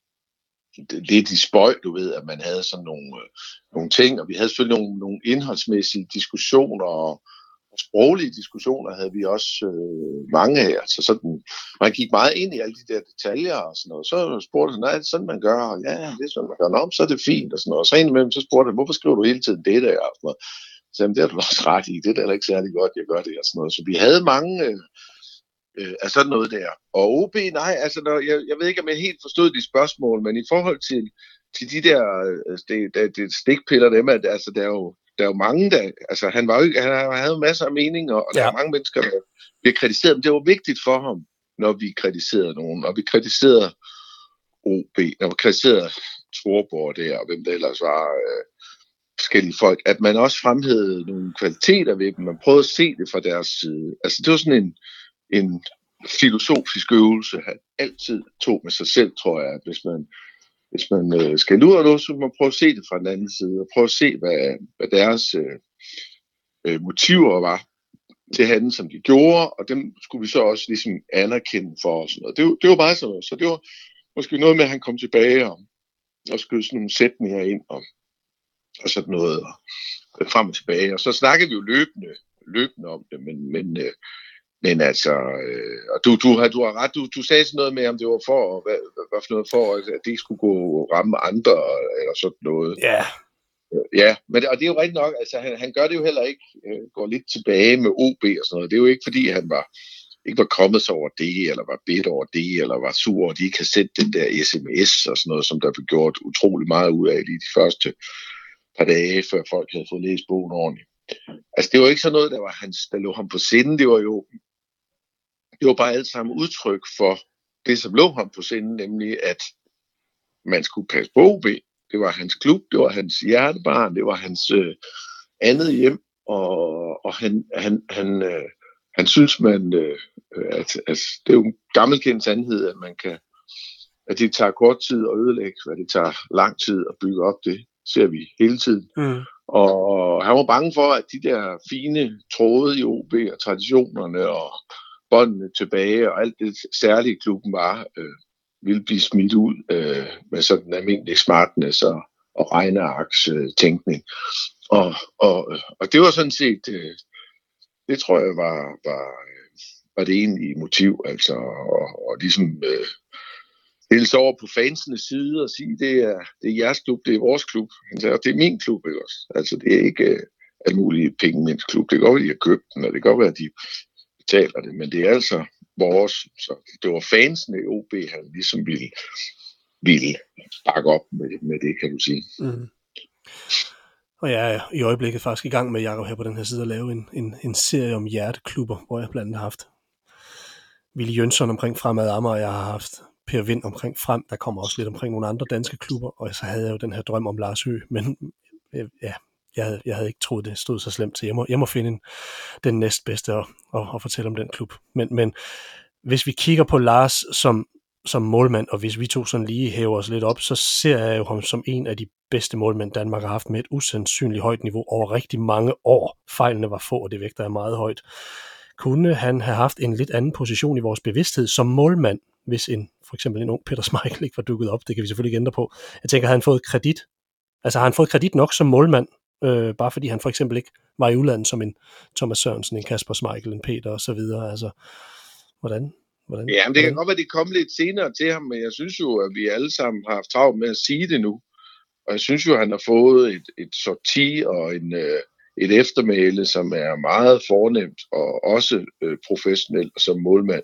S2: lidt i spøj, du ved, at man havde sådan nogle, øh, nogle ting, og vi havde selvfølgelig nogle, nogle indholdsmæssige diskussioner, og sproglige diskussioner havde vi også øh, mange af, altså sådan, man gik meget ind i alle de der detaljer og sådan noget, så spurgte han, nej, det er sådan, man gør, og ja, det er sådan, man gør, nå, så er det fint, og sådan noget, og så indimellem, så spurgte han, hvorfor skriver du hele tiden det der, og sådan noget, så jamen, det er du også ret i, det er da ikke særlig godt, jeg gør det, og sådan noget, så vi havde mange øh, øh, af sådan noget der, og O B, nej, altså, når, jeg, jeg ved ikke, om jeg helt forstod de spørgsmål, men i forhold til, til de der øh, det, det, det stikpiller, dem, at, altså, der er jo Der er jo mange, der... Altså, han, var jo, han havde jo masser af meninger, og ja. Der er mange mennesker, der bliver kritiseret. Men det var vigtigt for ham, når vi kritiserede nogen. Og vi kritiserede O B, når vi kritiserede Thorborg der, og hvem der ellers var øh, forskellige folk, at man også fremhævede nogle kvaliteter ved dem. Man prøvede at se det fra deres side. Altså, det var sådan en, en filosofisk øvelse, han altid tog med sig selv, tror jeg, hvis man... Hvis man øh, skal ud af noget, så må man prøve at se det fra den anden side, og prøve at se, hvad, hvad deres øh, motiver var til at handle, som de gjorde, og dem skulle vi så også ligesom anerkende for os. Det, det var bare sådan noget. Så det var måske noget med, at han kom tilbage, og og skyde sådan nogle sætninger ind, og, og sådan noget, og frem og tilbage. Og så snakkede vi jo løbende, løbende om det, men, men, øh, men altså, øh, og du, du, har, du har ret, du, du sagde sådan noget med, om det var for, hvad, hvad for noget for, at det ikke skulle gå ramme andre, eller sådan noget.
S1: Ja.
S2: Ja, men det, og det er jo rigtigt nok, altså han, han gør det jo heller ikke, øh, går lidt tilbage med O B og sådan noget. Det er jo ikke, fordi han var, ikke var kommet sig over det, eller var bedt over det, eller var sur over, at de ikke havde sendt den der sms og sådan noget, som der blev gjort utrolig meget ud af lige de første par dage, før folk havde fået læst bogen ordentligt. Altså det var ikke sådan noget, der, var hans, der lå ham på sinde, det var jo det var bare alt sammen udtryk for det, som lå ham på sinde, nemlig at man skulle passe på O B. Det var hans klub, det var hans hjertebarn, det var hans øh, andet hjem, og, og han, han, han, øh, han synes, man, øh, at, at det er jo en gammelkendt sandhed, at man kan, at det tager kort tid at ødelægge, hvad det tager lang tid at bygge op, det ser vi hele tiden. Mm. Og han var bange for, at de der fine tråde i O B og traditionerne og båndene tilbage og alt det særlige klubben var, øh, ville blive smidt ud øh, med sådan en almindelig smartness og, og regnearks øh, tænkning. Og, og, og det var sådan set, øh, det tror jeg var, var, var det egentlige motiv, altså, og, og ligesom øh, hælde over på fansenes side og sige, det er, det er jeres klub, det er vores klub. Han sagde, det er min klub, ikke også? Altså, det er ikke øh, alt muligt pengemænds klub. Det kan godt være, at de har købt den, og det kan godt være, at de betaler det, men det er altså vores. Så det var fansene i O B, han ligesom ville, ville bakke op med, med det, kan du sige. Mm.
S1: Og jeg er i øjeblikket faktisk i gang med, Jacob, her på den her side, at lave en, en, en serie om hjerteklubber, hvor jeg blandt andet har haft Willy Jønsson omkring Fremad Amager, jeg har haft Per Vind omkring Frem, der kommer også lidt omkring nogle andre danske klubber, og så havde jeg jo den her drøm om Lars Høgh, men ja, jeg havde, jeg havde ikke troet, det stod så slemt til. Jeg må, jeg må finde en, den næstbedste og, og, og fortælle om den klub. Men, men hvis vi kigger på Lars som, som målmand, og hvis vi to sådan lige hæver os lidt op, så ser jeg jo ham som en af de bedste målmænd, Danmark har haft med et usandsynligt højt niveau over rigtig mange år. Fejlene var få, og det vægter er meget højt. Kunne han have haft en lidt anden position i vores bevidsthed som målmand, hvis en, for eksempel en ung Peter Schmeichel ikke var dukket op? Det kan vi selvfølgelig ikke ændre på. Jeg tænker, har han fået kredit? Altså har han fået kredit nok som målmand, øh, bare fordi han for eksempel ikke var i udlandet som en Thomas Sørensen, en Kasper Schmeichel, en Peter og så videre? Altså, hvordan? hvordan
S2: ja, men det kan godt være, at det kom lidt senere til ham, men jeg synes jo, at vi alle sammen har haft travlt med at sige det nu. Og jeg synes jo, at han har fået et, et sorti og en, øh, et eftermæle, som er meget fornemt og også øh, professionelt som målmand.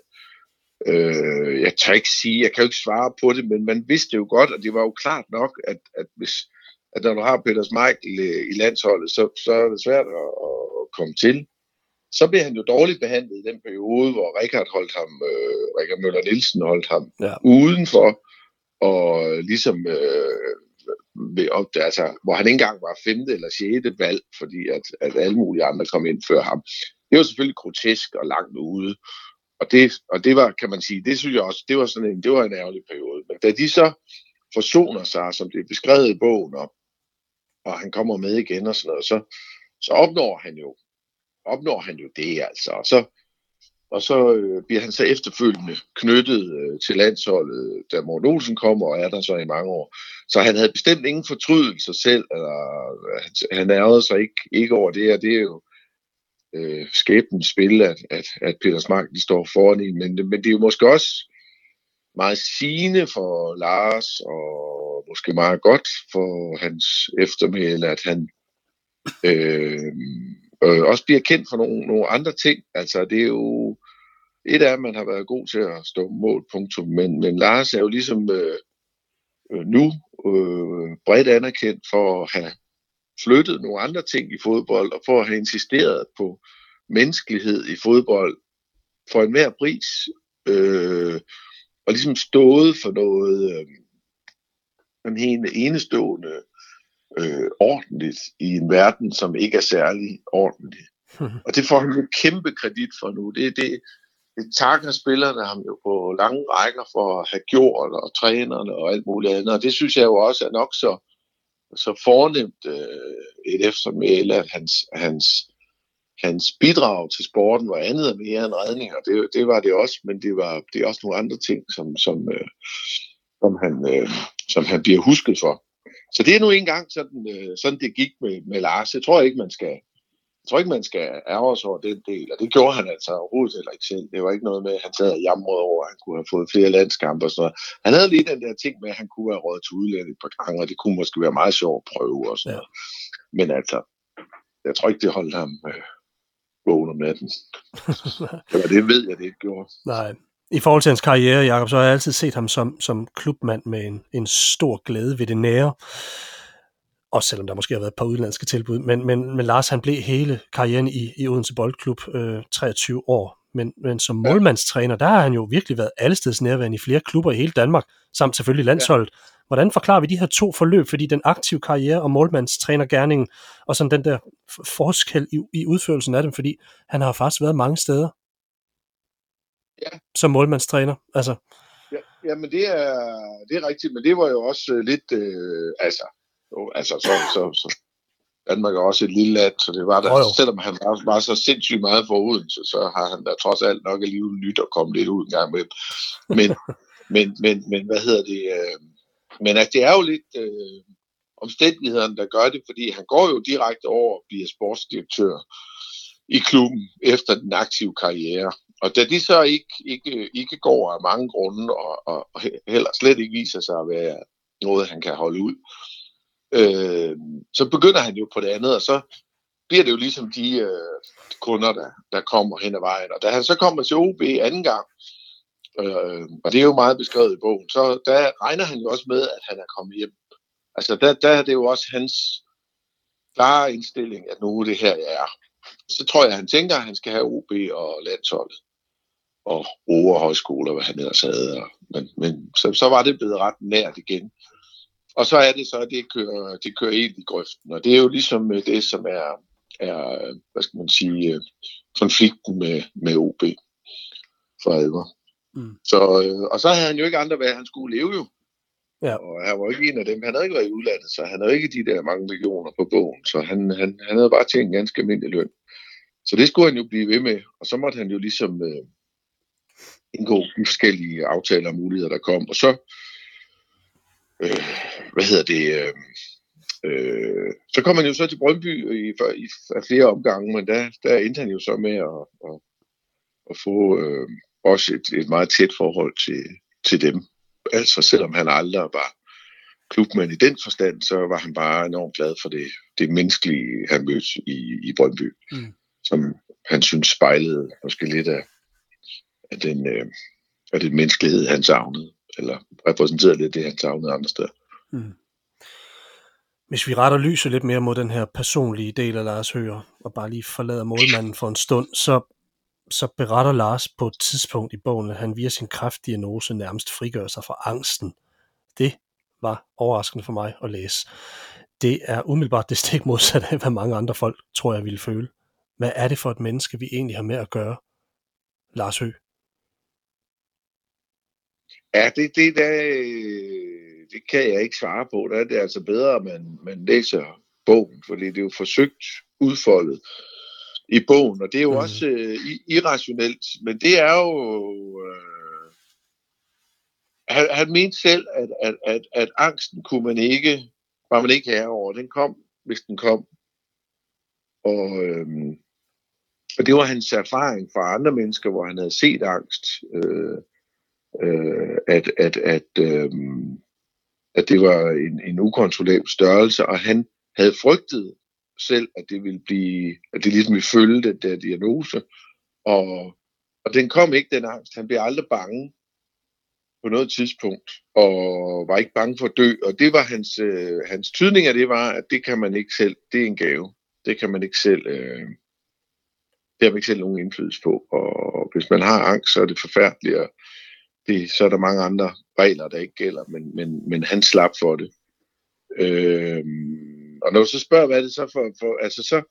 S2: Øh, jeg kan ikke sige, jeg kan jo ikke svare på det, men man vidste jo godt, og det var jo klart nok, at, at hvis at når du har Peter Schmeichel i landsholdet, så, så er det svært at, at komme til. Så bliver han jo dårligt behandlet i den periode, hvor Richard holdt ham, øh, Richard Møller Nielsen holdt ham ja. udenfor, og ligesom øh, ved op, altså, hvor han ikke engang var femte eller sjette valg, fordi at, at alle mulige andre kom ind før ham. Det var selvfølgelig grotesk og langt ude. Og det, og det var, kan man sige, det synes jeg også, det var sådan en, det var en ærgerlig periode. Men da de så forsoner sig, som det er beskrevet i bogen, og, og han kommer med igen og sådan noget, så, så opnår han jo, opnår han jo det, altså. Og så, og så øh, bliver han så efterfølgende knyttet øh, til landsholdet, da Morten Olsen kommer, og er der så i mange år. Så han havde bestemt ingen fortrydelse selv, eller han, han ærgede sig ikke, ikke over det, og det er jo øh, skæbnens spil, at, at, at Peter Schmeichel står foran i, men, men det er jo måske også meget sigende for Lars, og måske meget godt for hans eftermæle, at han øh, øh, også bliver kendt for nogle, nogle andre ting. Altså det er jo et af, at man har været god til at stå mål, punktum, men, men Lars er jo ligesom øh, nu øh, bredt anerkendt for at have flyttet nogle andre ting i fodbold, og for at have insisteret på menneskelighed i fodbold for enhver pris, øh, og ligesom stået for noget øh, en helt enestående øh, ordentligt i en verden, som ikke er særlig ordentlig. Hmm. Og det får han jo kæmpe kredit for nu. Det, det, det takker spillerne ham jo på lange rækker for at have gjort, og trænerne og alt muligt andet. Og det synes jeg jo også er nok så, så fornemt øh, et eftermæle, at hans, hans, hans bidrag til sporten var andet og mere end redninger. Det, det var det også, men det var det er også nogle andre ting, som, som, øh, som han, øh, som han bliver husket for. Så det er nu engang sådan, øh, sådan det gik med, med Lars. Jeg tror ikke, man skal, jeg tror ikke, man skal ærge sig over den del, og det gjorde han altså overhovedet heller ikke selv. Det var ikke noget med, at han sad og jamrede over, at han kunne have fået flere landskampe og sådan noget. Han havde lige den der ting med, at han kunne have rådet til udlandet et par gange, og det kunne måske være meget sjovt at prøve og sådan noget. Men altså, jeg tror ikke, det holdt ham øh, vågen om natten. Eller det ved jeg, det ikke gjorde.
S1: Nej. I forhold til hans karriere, Jakob, så har jeg altid set ham som, som klubmand med en, en stor glæde ved det nære. Også selvom der måske har været et par udenlandske tilbud. Men, men, men Lars, han blev hele karrieren i, i Odense Boldklub, øh, treogtyve år. Men, men som målmandstræner, der har han jo virkelig været allesteds nærværende i flere klubber i hele Danmark, samt selvfølgelig landsholdet. Ja. Hvordan forklarer vi de her to forløb? Fordi den aktive karriere og målmandstrænergerningen, og sådan den der forskel i, i udførelsen af dem, fordi han har faktisk været mange steder. Ja. Som målmandstræner, altså.
S2: Ja, jamen det er, det er rigtigt, men det var jo også lidt, øh, altså, jo, altså så, så, så Danmark er også et lille land, så det var der, oh, selvom han var, var så sindssygt meget foruden, så, så har han da trods alt nok alligevel nyt at komme lidt ud en gang med. Men, men, men, men hvad hedder det, øh, men altså, det er jo lidt øh, omstændighederne, der gør det, fordi han går jo direkte over og bliver sportsdirektør i klubben efter den aktive karriere. Og da de så ikke, ikke, ikke går af mange grunde, og, og heller slet ikke viser sig at være noget, han kan holde ud, øh, så begynder han jo på det andet, og så bliver det jo ligesom de øh, kunder, der, der kommer hen ad vejen. Og da han så kommer til O B anden gang, øh, og det er jo meget beskrevet i bogen, så der regner han jo også med, at han er kommet hjem. Altså der, der er det jo også hans klare indstilling, at nu er det her, jeg er. Så tror jeg, at han tænker, at han skal have O B og landsholdet og Roer højskoler, hvad han ellers havde. Men, men så, så var det blevet ret nært igen. Og så er det så, at det kører, det kører helt i grøften. Og det er jo ligesom det, som er, er hvad skal man sige, konflikten med, med O B for alvor. Mm. Så, og så havde han jo ikke andre hvad han skulle leve jo. Ja. Og han var ikke en af dem. Han havde ikke været i udlandet, så han havde ikke de der mange millioner på bogen. Så han, han, han havde bare tjent en ganske almindelig løn. Så det skulle han jo blive ved med. Og så måtte han jo ligesom øh, indgå de forskellige aftaler og muligheder, der kom. Og så, øh, hvad hedder det, øh, øh, så kom han jo så til Brøndby i, i, i flere omgange, men der, der endte han jo så med at, at, at få øh, også et, et meget tæt forhold til, til dem. Altså selvom han aldrig var klubmand i den forstand, så var han bare enormt glad for det, det menneskelige, han mødte i, i Brøndby, mm. som han synes spejlede måske lidt af, af, den, øh, af den menneskelighed, han savnede, eller repræsenterede lidt det, han savnede andre steder. Mm.
S1: Hvis vi retter lyset lidt mere mod den her personlige del af Lars Høger, og bare lige forlader målmanden for en stund, så så beretter Lars på et tidspunkt i bogen, at han via sin kræftdiagnose nærmest frigør sig fra angsten. Det var overraskende for mig at læse. Det er umiddelbart det stik modsat af, hvad mange andre folk tror jeg ville føle. Hvad er det for et menneske, vi egentlig har med at gøre, Lars Høgh?
S2: Ja, det, det, der, det kan jeg ikke svare på. Der er det altså bedre, at man, man læser bogen, fordi det er jo forsøgt udfoldet i bogen, og det er jo mm. også øh, irrationelt, men det er jo øh, han, han mente selv, at, at, at, at angsten kunne man ikke, var man ikke herover. Den kom, hvis den kom. Og, øh, og det var hans erfaring fra andre mennesker, hvor han havde set angst, øh, øh, at, at, at, øh, at det var en, en ukontrollabel størrelse, og han havde frygtet selv, at det ville blive, at det ligesom ville følge den der diagnose, og, og den kom ikke, den angst. Han blev aldrig bange på noget tidspunkt, og var ikke bange for at dø, og det var hans, øh, hans tydning af det var, at det kan man ikke selv, det er en gave, det kan man ikke selv, øh, det har man ikke selv nogen indflydelse på, og hvis man har angst, så er det forfærdeligt, og det, så er der mange andre regler, der ikke gælder, men, men, men han slap for det. Øh, Og når du så spørger, hvad er det så for, for altså så,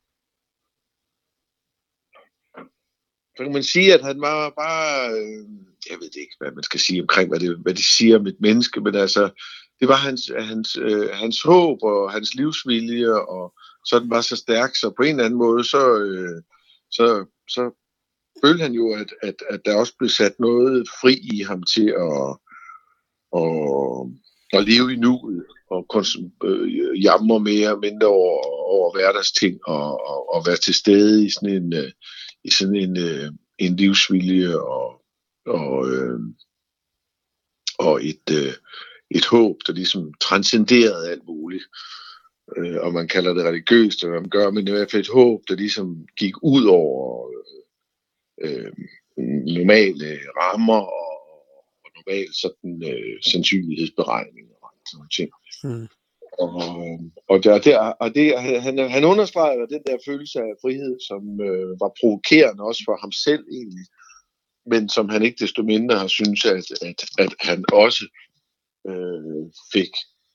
S2: så kan man sige, at han var bare, øh, jeg ved ikke, hvad man skal sige omkring, hvad det, hvad det siger om et menneske, men altså, det var hans, hans, øh, hans håb og hans livsvilje, og så den var så stærk, så på en eller anden måde, så, øh, så, så følte han jo, at, at, at der også blev sat noget fri i ham til at, og, at leve i nuet og kons- øh, jamre mere og mindre over, over hverdagsting og, og, og være til stede i sådan en, øh, i sådan en, øh, en livsvilje og, og, øh, og et, øh, et håb, der ligesom transcenderede alt muligt. Øh, og man kalder det religiøst, og man gør, men i hvert fald et håb, der ligesom gik ud over øh, normale rammer og, og normale sådan, øh, sandsynlighedsberegninger og sådan nogle ting. Mm. Og, og, der, der, og det, han, han understreger den der følelse af frihed, som øh, var provokerende også for ham selv egentlig, men som han ikke desto mindre har syntes, at, at, at han også øh, fik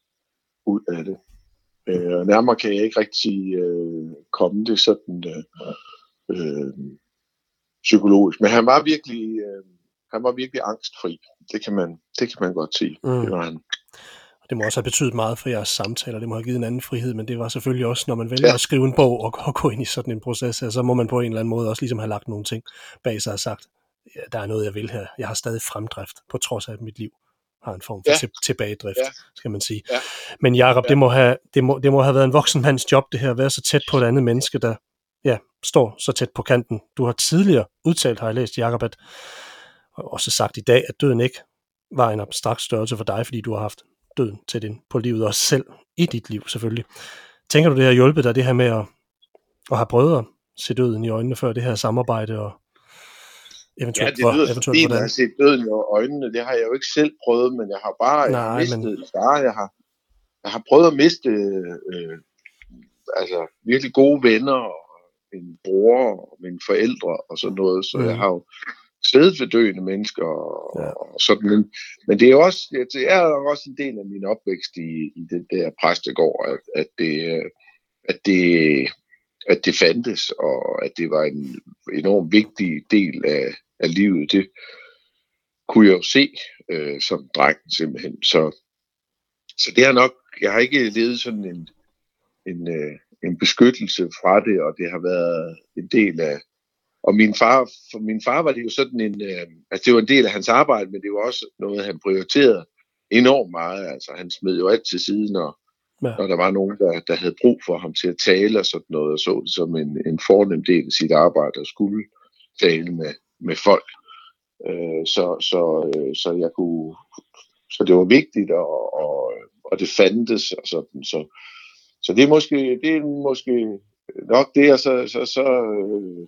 S2: ud af det. Øh, nærmere kan jeg ikke rigtig øh, komme det sådan øh, øh, psykologisk, men han var virkelig øh, han var virkelig angstfri. Det kan man det kan man godt sige. Mm. Det var han.
S1: Det må også have betydet meget for jeres samtaler. Det må have givet en anden frihed, men det var selvfølgelig også, når man vælger ja. at skrive en bog og, og gå ind i sådan en proces her, så må man på en eller anden måde også ligesom have lagt nogle ting bag sig og sagt, ja, der er noget, jeg vil her. Jeg har stadig fremdrift, på trods af, at mit liv har en form for ja. til, tilbagedrift, ja. skal man sige. Ja. Men Jacob, ja. det, må have, det, må, det må have været en voksen mands job, det her, at være så tæt på et andet menneske, der ja, står så tæt på kanten. Du har tidligere udtalt, har jeg læst, Jacob, at, og også sagt i dag, at døden ikke var en abstrakt størrelse for dig, fordi du har haft døden tæt ind på livet, også selv i dit liv selvfølgelig. Tænker du, det har hjulpet dig, det her med at, at have prøvet at se døden i øjnene før det her samarbejde, og eventuelt,
S2: ja, det lyder
S1: eventuelt
S2: fint, hvordan? At se døden i øjnene, det har jeg jo ikke selv prøvet, men jeg har bare jeg Nej, har mistet men... far, jeg har, jeg har prøvet at miste øh, altså virkelig gode venner, og min bror, og mine forældre, og sådan noget, så mm. jeg har jo stedet ved døende mennesker og, ja. og sådan, men, men det er jo også, det er også en del af min opvækst i, i det der præstegård, at, at det, at det, at det fandtes, og at det var en enormt vigtig del af, af livet. Det kunne jeg jo se øh, som dreng simpelthen. Så, så det har nok, jeg har ikke levet sådan en, en, øh, en beskyttelse fra det, og det har været en del af. Og min far, for min far var det jo sådan en, øh, altså det var en del af hans arbejde, men det var også noget, han prioriterede enormt meget. Altså han smed jo alt til siden, når, ja. når der var nogen, der, der havde brug for ham til at tale og sådan noget, og så det som en, en fornem del af sit arbejde, at skulle tale med, med folk. Øh, så, så, øh, så jeg kunne, så det var vigtigt, og, og, og det fandtes, og sådan, så, så det er måske, det er måske nok det, og så, så, så øh,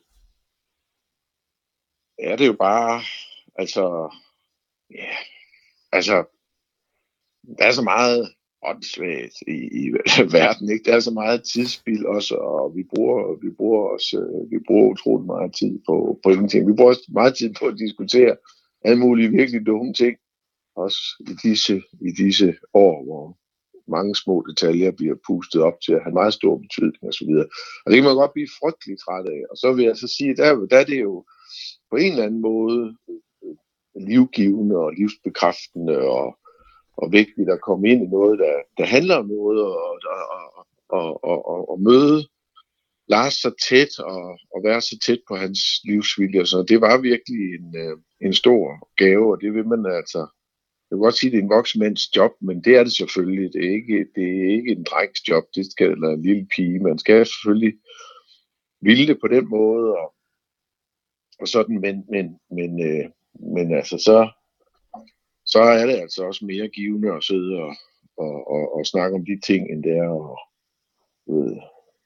S2: er det jo bare, altså, ja, yeah, altså, der er så meget åndssvagt i, i verden, ikke? Der er så meget tidsspil også, og vi bruger, vi bruger også, vi bruger utroligt meget tid på, på ingenting. Vi bruger også meget tid på at diskutere alle mulige virkelig dumme ting, også i disse, i disse år, hvor mange små detaljer bliver pustet op til at have meget stor betydning og så videre. Og det kan man godt blive frygtelig træt af. Og så vil jeg så sige, der, der er det jo på en eller anden måde livgivende og livsbekræftende og, og vigtigt at komme ind i noget, der, der handler om noget, og, og, og, og, og, og møde Lars så tæt og, og være så tæt på hans livsvilje. Så det var virkelig en, en stor gave, og det vil man altså. Jeg vil godt sige, at det er en voksen mands job, men det er det selvfølgelig. Det er ikke, det er ikke en drengs job, det skal, eller en lille pige. Man skal selvfølgelig ville det på den måde, og, og sådan, men, men, men, øh, men altså, så, så er det altså også mere givende at sidde og, og, og, og snakke om de ting, end det er at øh,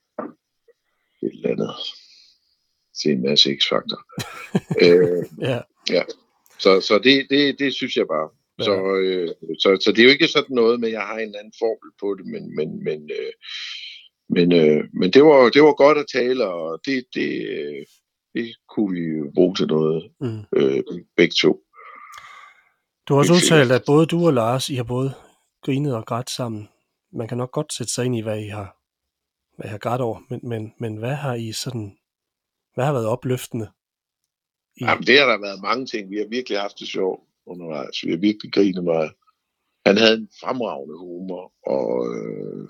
S2: et eller andet. Se en masse X-faktor. øh,
S1: ja.
S2: ja. Så, så det, det, det synes jeg bare. Ja. Så, øh, så, så det er jo ikke sådan noget med, at jeg har en eller anden formel på det, men, men, men, øh, men, øh, men det, var, det var godt at tale, og det, det, øh, det kunne vi bruge til noget, mm. øh, begge to.
S1: Du har også udtalt, at både du og Lars, I har både grinet og grædt sammen. Man kan nok godt sætte sig ind i, hvad I har, hvad I har grædt over, men, men, men hvad har I sådan, hvad har været opløftende?
S2: I... Jamen, det har der været mange ting. Vi har virkelig haft det sjovt undervejs. Vi har virkelig grinet meget. Han havde en fremragende humor, og, øh,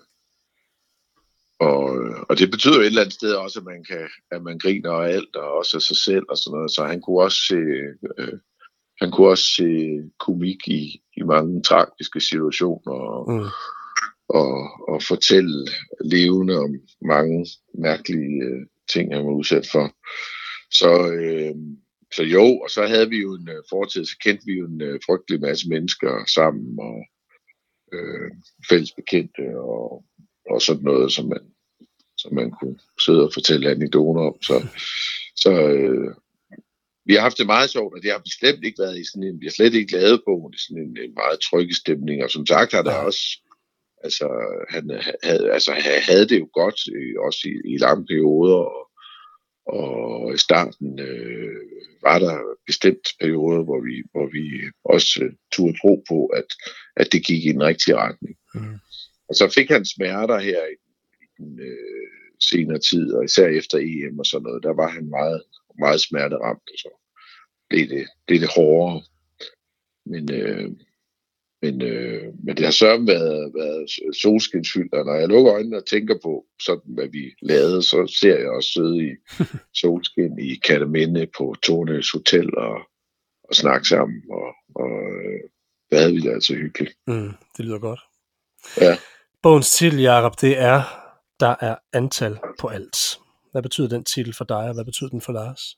S2: og, og det betyder jo et eller andet sted også, at man, kan, at man griner af alt, og også af sig selv og sådan noget. Så han kunne også se, øh, han kunne også se komik i, i mange tragiske situationer, og, mm. og, og fortælle levende om mange mærkelige øh, ting, han var udsat for. Så, øh, så jo, og så havde vi jo en øh, fortid, så kendte vi jo en øh, frygtelig masse mennesker sammen, og øh, fælles bekendte, og, og sådan noget, som man, som man kunne sidde og fortælle anekdoter om. Så, så øh, vi har haft det meget sjovt, og det har bestemt ikke været i sådan en, vi har slet ikke lavet bogen i sådan en, en meget trygge stemning, og som sagt har der også, altså han havde, altså, havde det jo godt, også i, i lange perioder, og, og i starten øh, var der bestemt perioder, hvor vi, hvor vi også øh, turde tro på, at, at det gik i en rigtig retning. Mm. Og så fik han smerter her i den øh, senere tid, og især efter E M og sådan noget, der var han meget, meget smerteramt, og så blev det, blev det hårdere. Men, øh, men, øh, men det har sørme været, været solskinsfyldt, og når jeg lukker øjnene og tænker på sådan, hvad vi lavede, så ser jeg også sidde i solskin i Kerteminde på Tornøs Hotel og, og snakke sammen, og, og øh, hvad havde vi da altså hyggeligt.
S1: Mm, det lyder godt.
S2: Ja.
S1: Bogens titel, Jacob, det er Der er antal på alt. Hvad betyder den titel for dig, og hvad betyder den for Lars?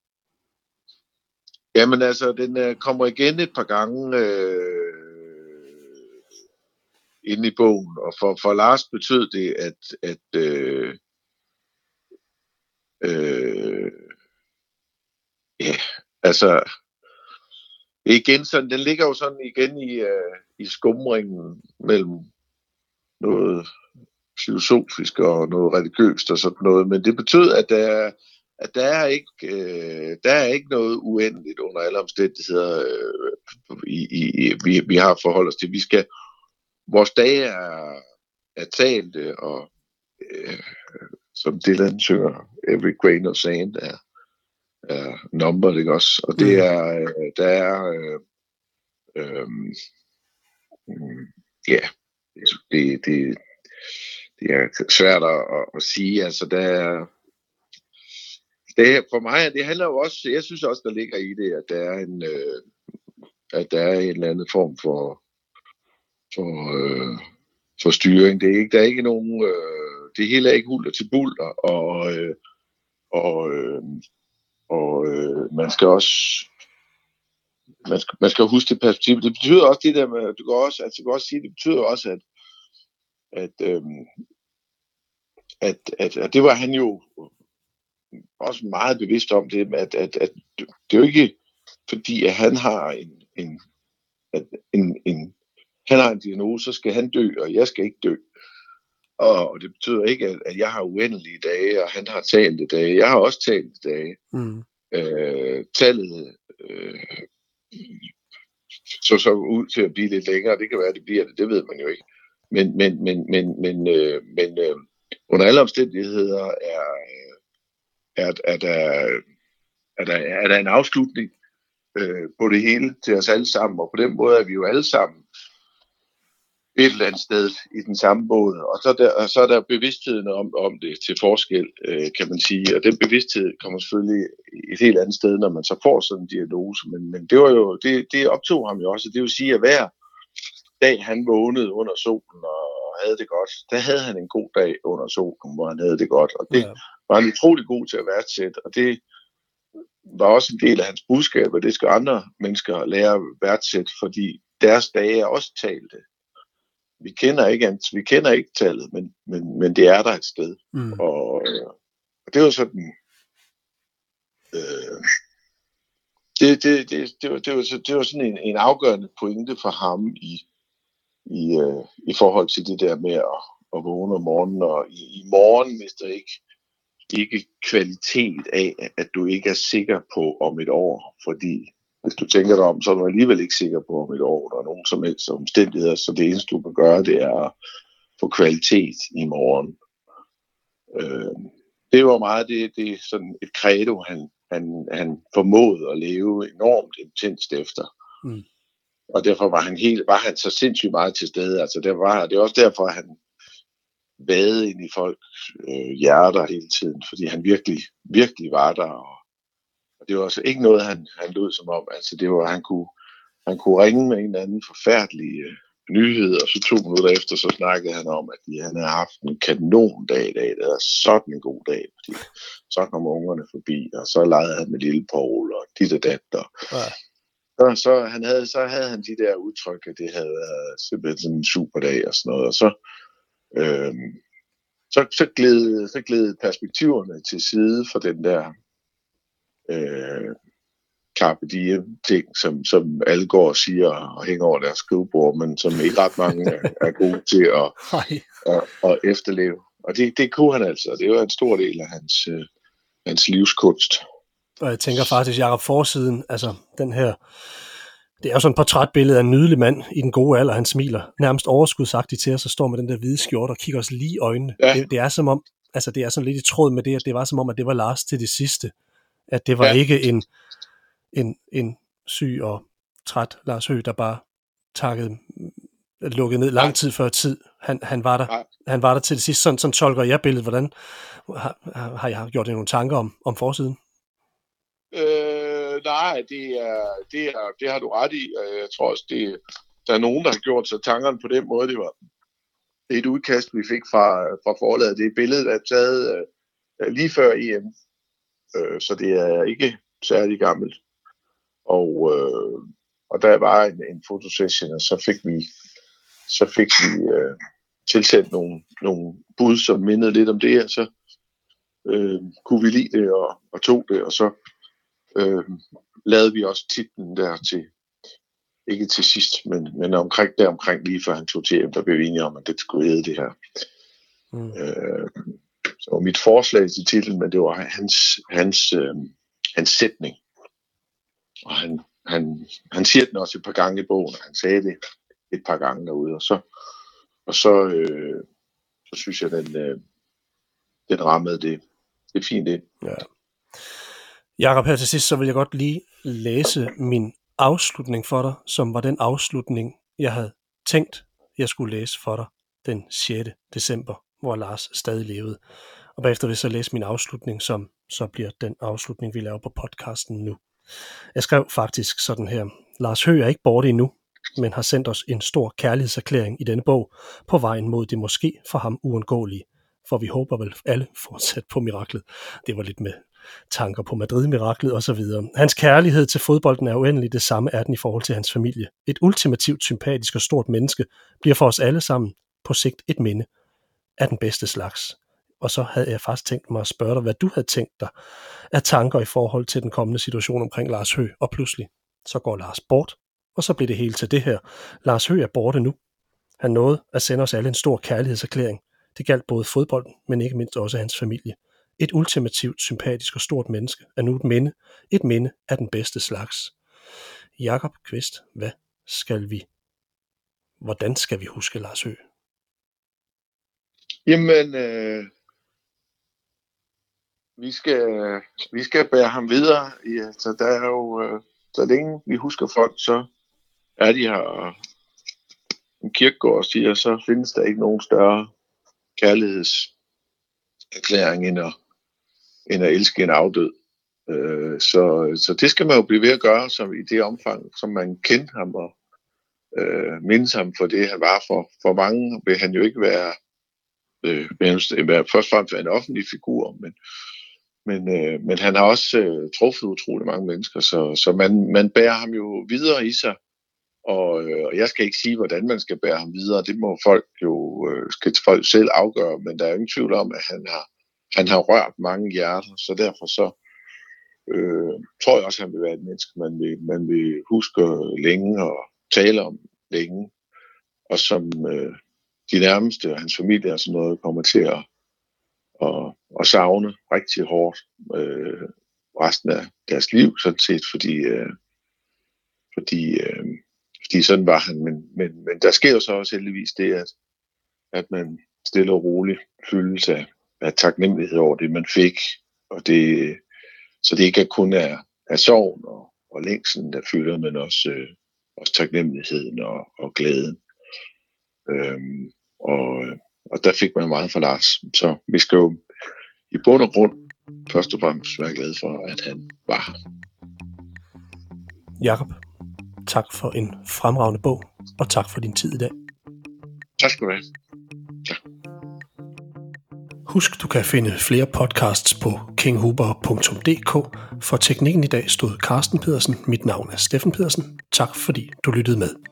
S2: Jamen altså, den øh, kommer igen et par gange øh, inde i bogen, og for, for Lars betød det, at, at øh, øh, ja, altså igen sådan, den ligger jo sådan igen i, øh, i skumringen mellem noget filosofisk og noget religiøst og sådan noget, men det betød, at der er at der er ikke øh, der er ikke noget uendeligt under alle omstændigheder øh, i, i, vi, vi har forholdt os til. Vi skal, vores dage er, er talte, og øh, som Dylan synger, every grain of sand er, er numbered, ikke også? Og det er, øh, der er øh, øh, ja, det, det, det er svært at, at sige, altså der er Det, for mig, det handler jo også, jeg synes også, der ligger i det, at der er en, øh, at der er en eller anden form for, for, øh, for styring. Det er ikke, der er ikke nogen, øh, det hele er ikke hulter til bulter, og, øh, og, øh, og øh, man skal også, man skal, man skal huske det perspektiv. Det betyder også det der med, du kan også, altså, du kan også sige, det betyder også, at, at, øh, at, at, at det var han jo også meget bevidst om det, at, at, at det er jo ikke fordi, at han har en, en, en, en, han har en diagnose, så skal han dø, og jeg skal ikke dø. Og det betyder ikke, at, at jeg har uendelige dage, og han har talte dage. Jeg har også talte dage. Mm. Øh, tallet øh, så så ud til at blive lidt længere. Det kan være, at det bliver det. Det ved man jo ikke. Men, men, men, men, men, øh, men øh, under alle omstændigheder er Er, er, der, er, der, er der en afslutning øh, på det hele til os alle sammen, og på den måde er vi jo alle sammen et eller andet sted i den samme båd, og så er der, og så er der bevidstheden om, om det til forskel, øh, kan man sige, og den bevidsthed kommer selvfølgelig et helt andet sted, når man så får sådan en diagnose, men, men det var jo, det, det optog ham jo også, det vil sige, at hver dag han vågnede under solen og havde det godt, der havde han en god dag under solen, hvor han havde det godt, og det ja. var han utrolig god til at værdsætte, og det var også en del af hans budskab, og det skal andre mennesker lære at værdsætte, fordi deres dage er også talte. Vi kender ikke, vi kender ikke tallet, men, men, men det er der et sted. Mm. Og, og det var sådan, øh, det, det, det, det, var, det, var, det var sådan en, en afgørende pointe for ham i, i, øh, i forhold til det der med at, at vågne om morgenen, og i, i morgen mister ikke ikke kvalitet af, at du ikke er sikker på om et år, fordi hvis du tænker dig om, så er du alligevel ikke sikker på om et år, der er nogen som helst omstændigheder, så det eneste du kan gøre, det er at få kvalitet i morgen. Øh, det var meget det, det er sådan et credo, han, han, han formåede at leve enormt intenst efter. Mm. Og derfor var han, helt, var han så sindssygt meget til stede. Altså, der var, det er også derfor, at han vade ind i folks øh, hjerter hele tiden, fordi han virkelig, virkelig var der, og, Og det var altså ikke noget, han, han lød som om. Altså det var, han kunne, han kunne ringe med en eller anden forfærdelig øh, nyhed, og så to minutter efter, så snakkede han om, at de, han havde haft en kanondag i dag. Det var sådan en god dag, fordi så kom ungerne forbi, og så legede han med lille Paul, og dit og dat, og
S1: Ja.
S2: så, så, han havde, så havde han de der udtryk, at det havde været simpelthen sådan en super dag og sådan noget, og så, øh, så, så, gled, så gled perspektiverne til side for den der øh, carpe diem ting, som, som alle går og siger og hænger over deres skrivebord, men som ikke ret mange er, er gode til at, at, at efterleve. Og det, det kunne han altså. Det var en stor del af hans, øh, hans livskunst.
S1: Og jeg tænker faktisk, Jakob, forsiden, altså den her, det er jo sådan et portrætbillede af en nydelig mand i den gode alder. Han smiler nærmest overskudsagtigt til os og står med den der hvide skjorte og kigger os lige i øjnene. Ja. Det, det er som om, altså det er sådan lidt i tråd med det, at det var som om, at det var Lars til det sidste. At det var ja. ikke en, en, en syg og træt Lars Høgh, der bare takkede, lukket ned lang tid før tid. Han, han, var der, han var der til det sidste. Sådan, sådan tolker jeg billedet. Hvordan har, har jeg gjort nogle tanker om, om forsiden?
S2: Øh, nej, det er, det er det har du ret i. Jeg tror også, det, der er nogen, der har gjort sig tankerne på den måde. Det var det er et udkast, vi fik fra, fra forlaget. Det er et billede, der er taget uh, lige før E M. Uh, så det er ikke særlig gammelt. Og, uh, og der var en, en fotosession, og så fik vi så fik vi uh, tilsendt nogle, nogle bud, som mindede lidt om det, og så uh, kunne vi lide det og, og tog det, og så Øh, lavede vi også titlen der til, ikke til sidst, men, men omkring, der omkring lige før han tog til hjem, der blev vi enige om, at det skulle hedde det her. Mm. Øh, så var mit forslag til titlen, men det var hans, hans, øh, hans sætning. Og han, han, han siger den også et par gange i bogen, og han sagde det et par gange derude, og så, og så, øh, så synes jeg, den, øh, den rammede det, det er fint det.
S1: Ja. Jakob, her til sidst, så vil jeg godt lige læse min afslutning for dig, som var den afslutning, jeg havde tænkt, jeg skulle læse for dig den sjette december, hvor Lars stadig levede. Og bagefter vil jeg så læse min afslutning, som så bliver den afslutning, vi laver på podcasten nu. Jeg skrev faktisk sådan her: Lars Høgh er ikke borte endnu, men har sendt os en stor kærlighedserklæring i denne bog på vejen mod det måske for ham uundgåelige. For vi håber vel alle fortsat på miraklet. Det var lidt med tanker på Madrid-miraklet og så videre. Hans kærlighed til fodbolden er uendelig, det samme er den i forhold til hans familie. Et ultimativt sympatisk og stort menneske bliver for os alle sammen på sigt et minde af den bedste slags. Og så havde jeg faktisk tænkt mig at spørge dig, hvad du havde tænkt dig af tanker i forhold til den kommende situation omkring Lars Høgh, og pludselig så går Lars bort, og så bliver det hele til det her. Lars Høgh er borte nu. Han nåede at sende os alle en stor kærlighedserklæring. Det galt både fodbolden, men ikke mindst også hans familie. Et ultimativt, sympatisk og stort menneske er nu et minde. Et minde af den bedste slags. Jakob Kvist, hvad skal vi? Hvordan skal vi huske Lars Høgh?
S2: Jamen, øh, vi skal vi skal bære ham videre. Ja, så der er jo, øh, så længe vi husker folk, så er de her. En Kierkegaard siger, så findes der ikke nogen større kærlighedserklæring end at, end at elske en afdød. Øh, så, så det skal man jo blive ved at gøre, som i det omfang, som man kendte ham og øh, mindes ham for det, han var. For, for mange vil han jo ikke være, øh, være først og fremmest være en offentlig figur, men, men, øh, men han har også øh, truffet utrolig mange mennesker, så, så man, man bærer ham jo videre i sig. Og, øh, og jeg skal ikke sige, hvordan man skal bære ham videre. Det må folk jo øh, skal folk selv afgøre, men der er ingen tvivl om, at han har, han har rørt mange hjerter, så derfor så øh, tror jeg også, at han vil være et menneske, man vil, man vil huske længe og tale om længe, og som øh, de nærmeste og hans familie og sådan noget kommer til at, at, at savne rigtig hårdt øh, resten af deres liv, sådan set, fordi, øh, fordi øh, Fordi sådan var han, men, men, men der sker jo så også heldigvis det, at, at man stille og roligt fyldes af, af taknemmelighed over det, man fik. Og det, så det ikke kun er, er sorgen og, og længslen, der fylder, men også, øh, også taknemmeligheden og, og glæden. Øhm, og, og der fik man meget fra Lars. Så vi skal jo i bund og grund først og fremmest være glad for, at han var her.
S1: Jakob, tak for en fremragende bog, og tak for din tid i dag.
S2: Tak skal du have. Tak.
S1: Husk, du kan finde flere podcasts på kinghuber punktum d k. For teknikken i dag stod Carsten Pedersen. Mit navn er Steffen Pedersen. Tak fordi du lyttede med.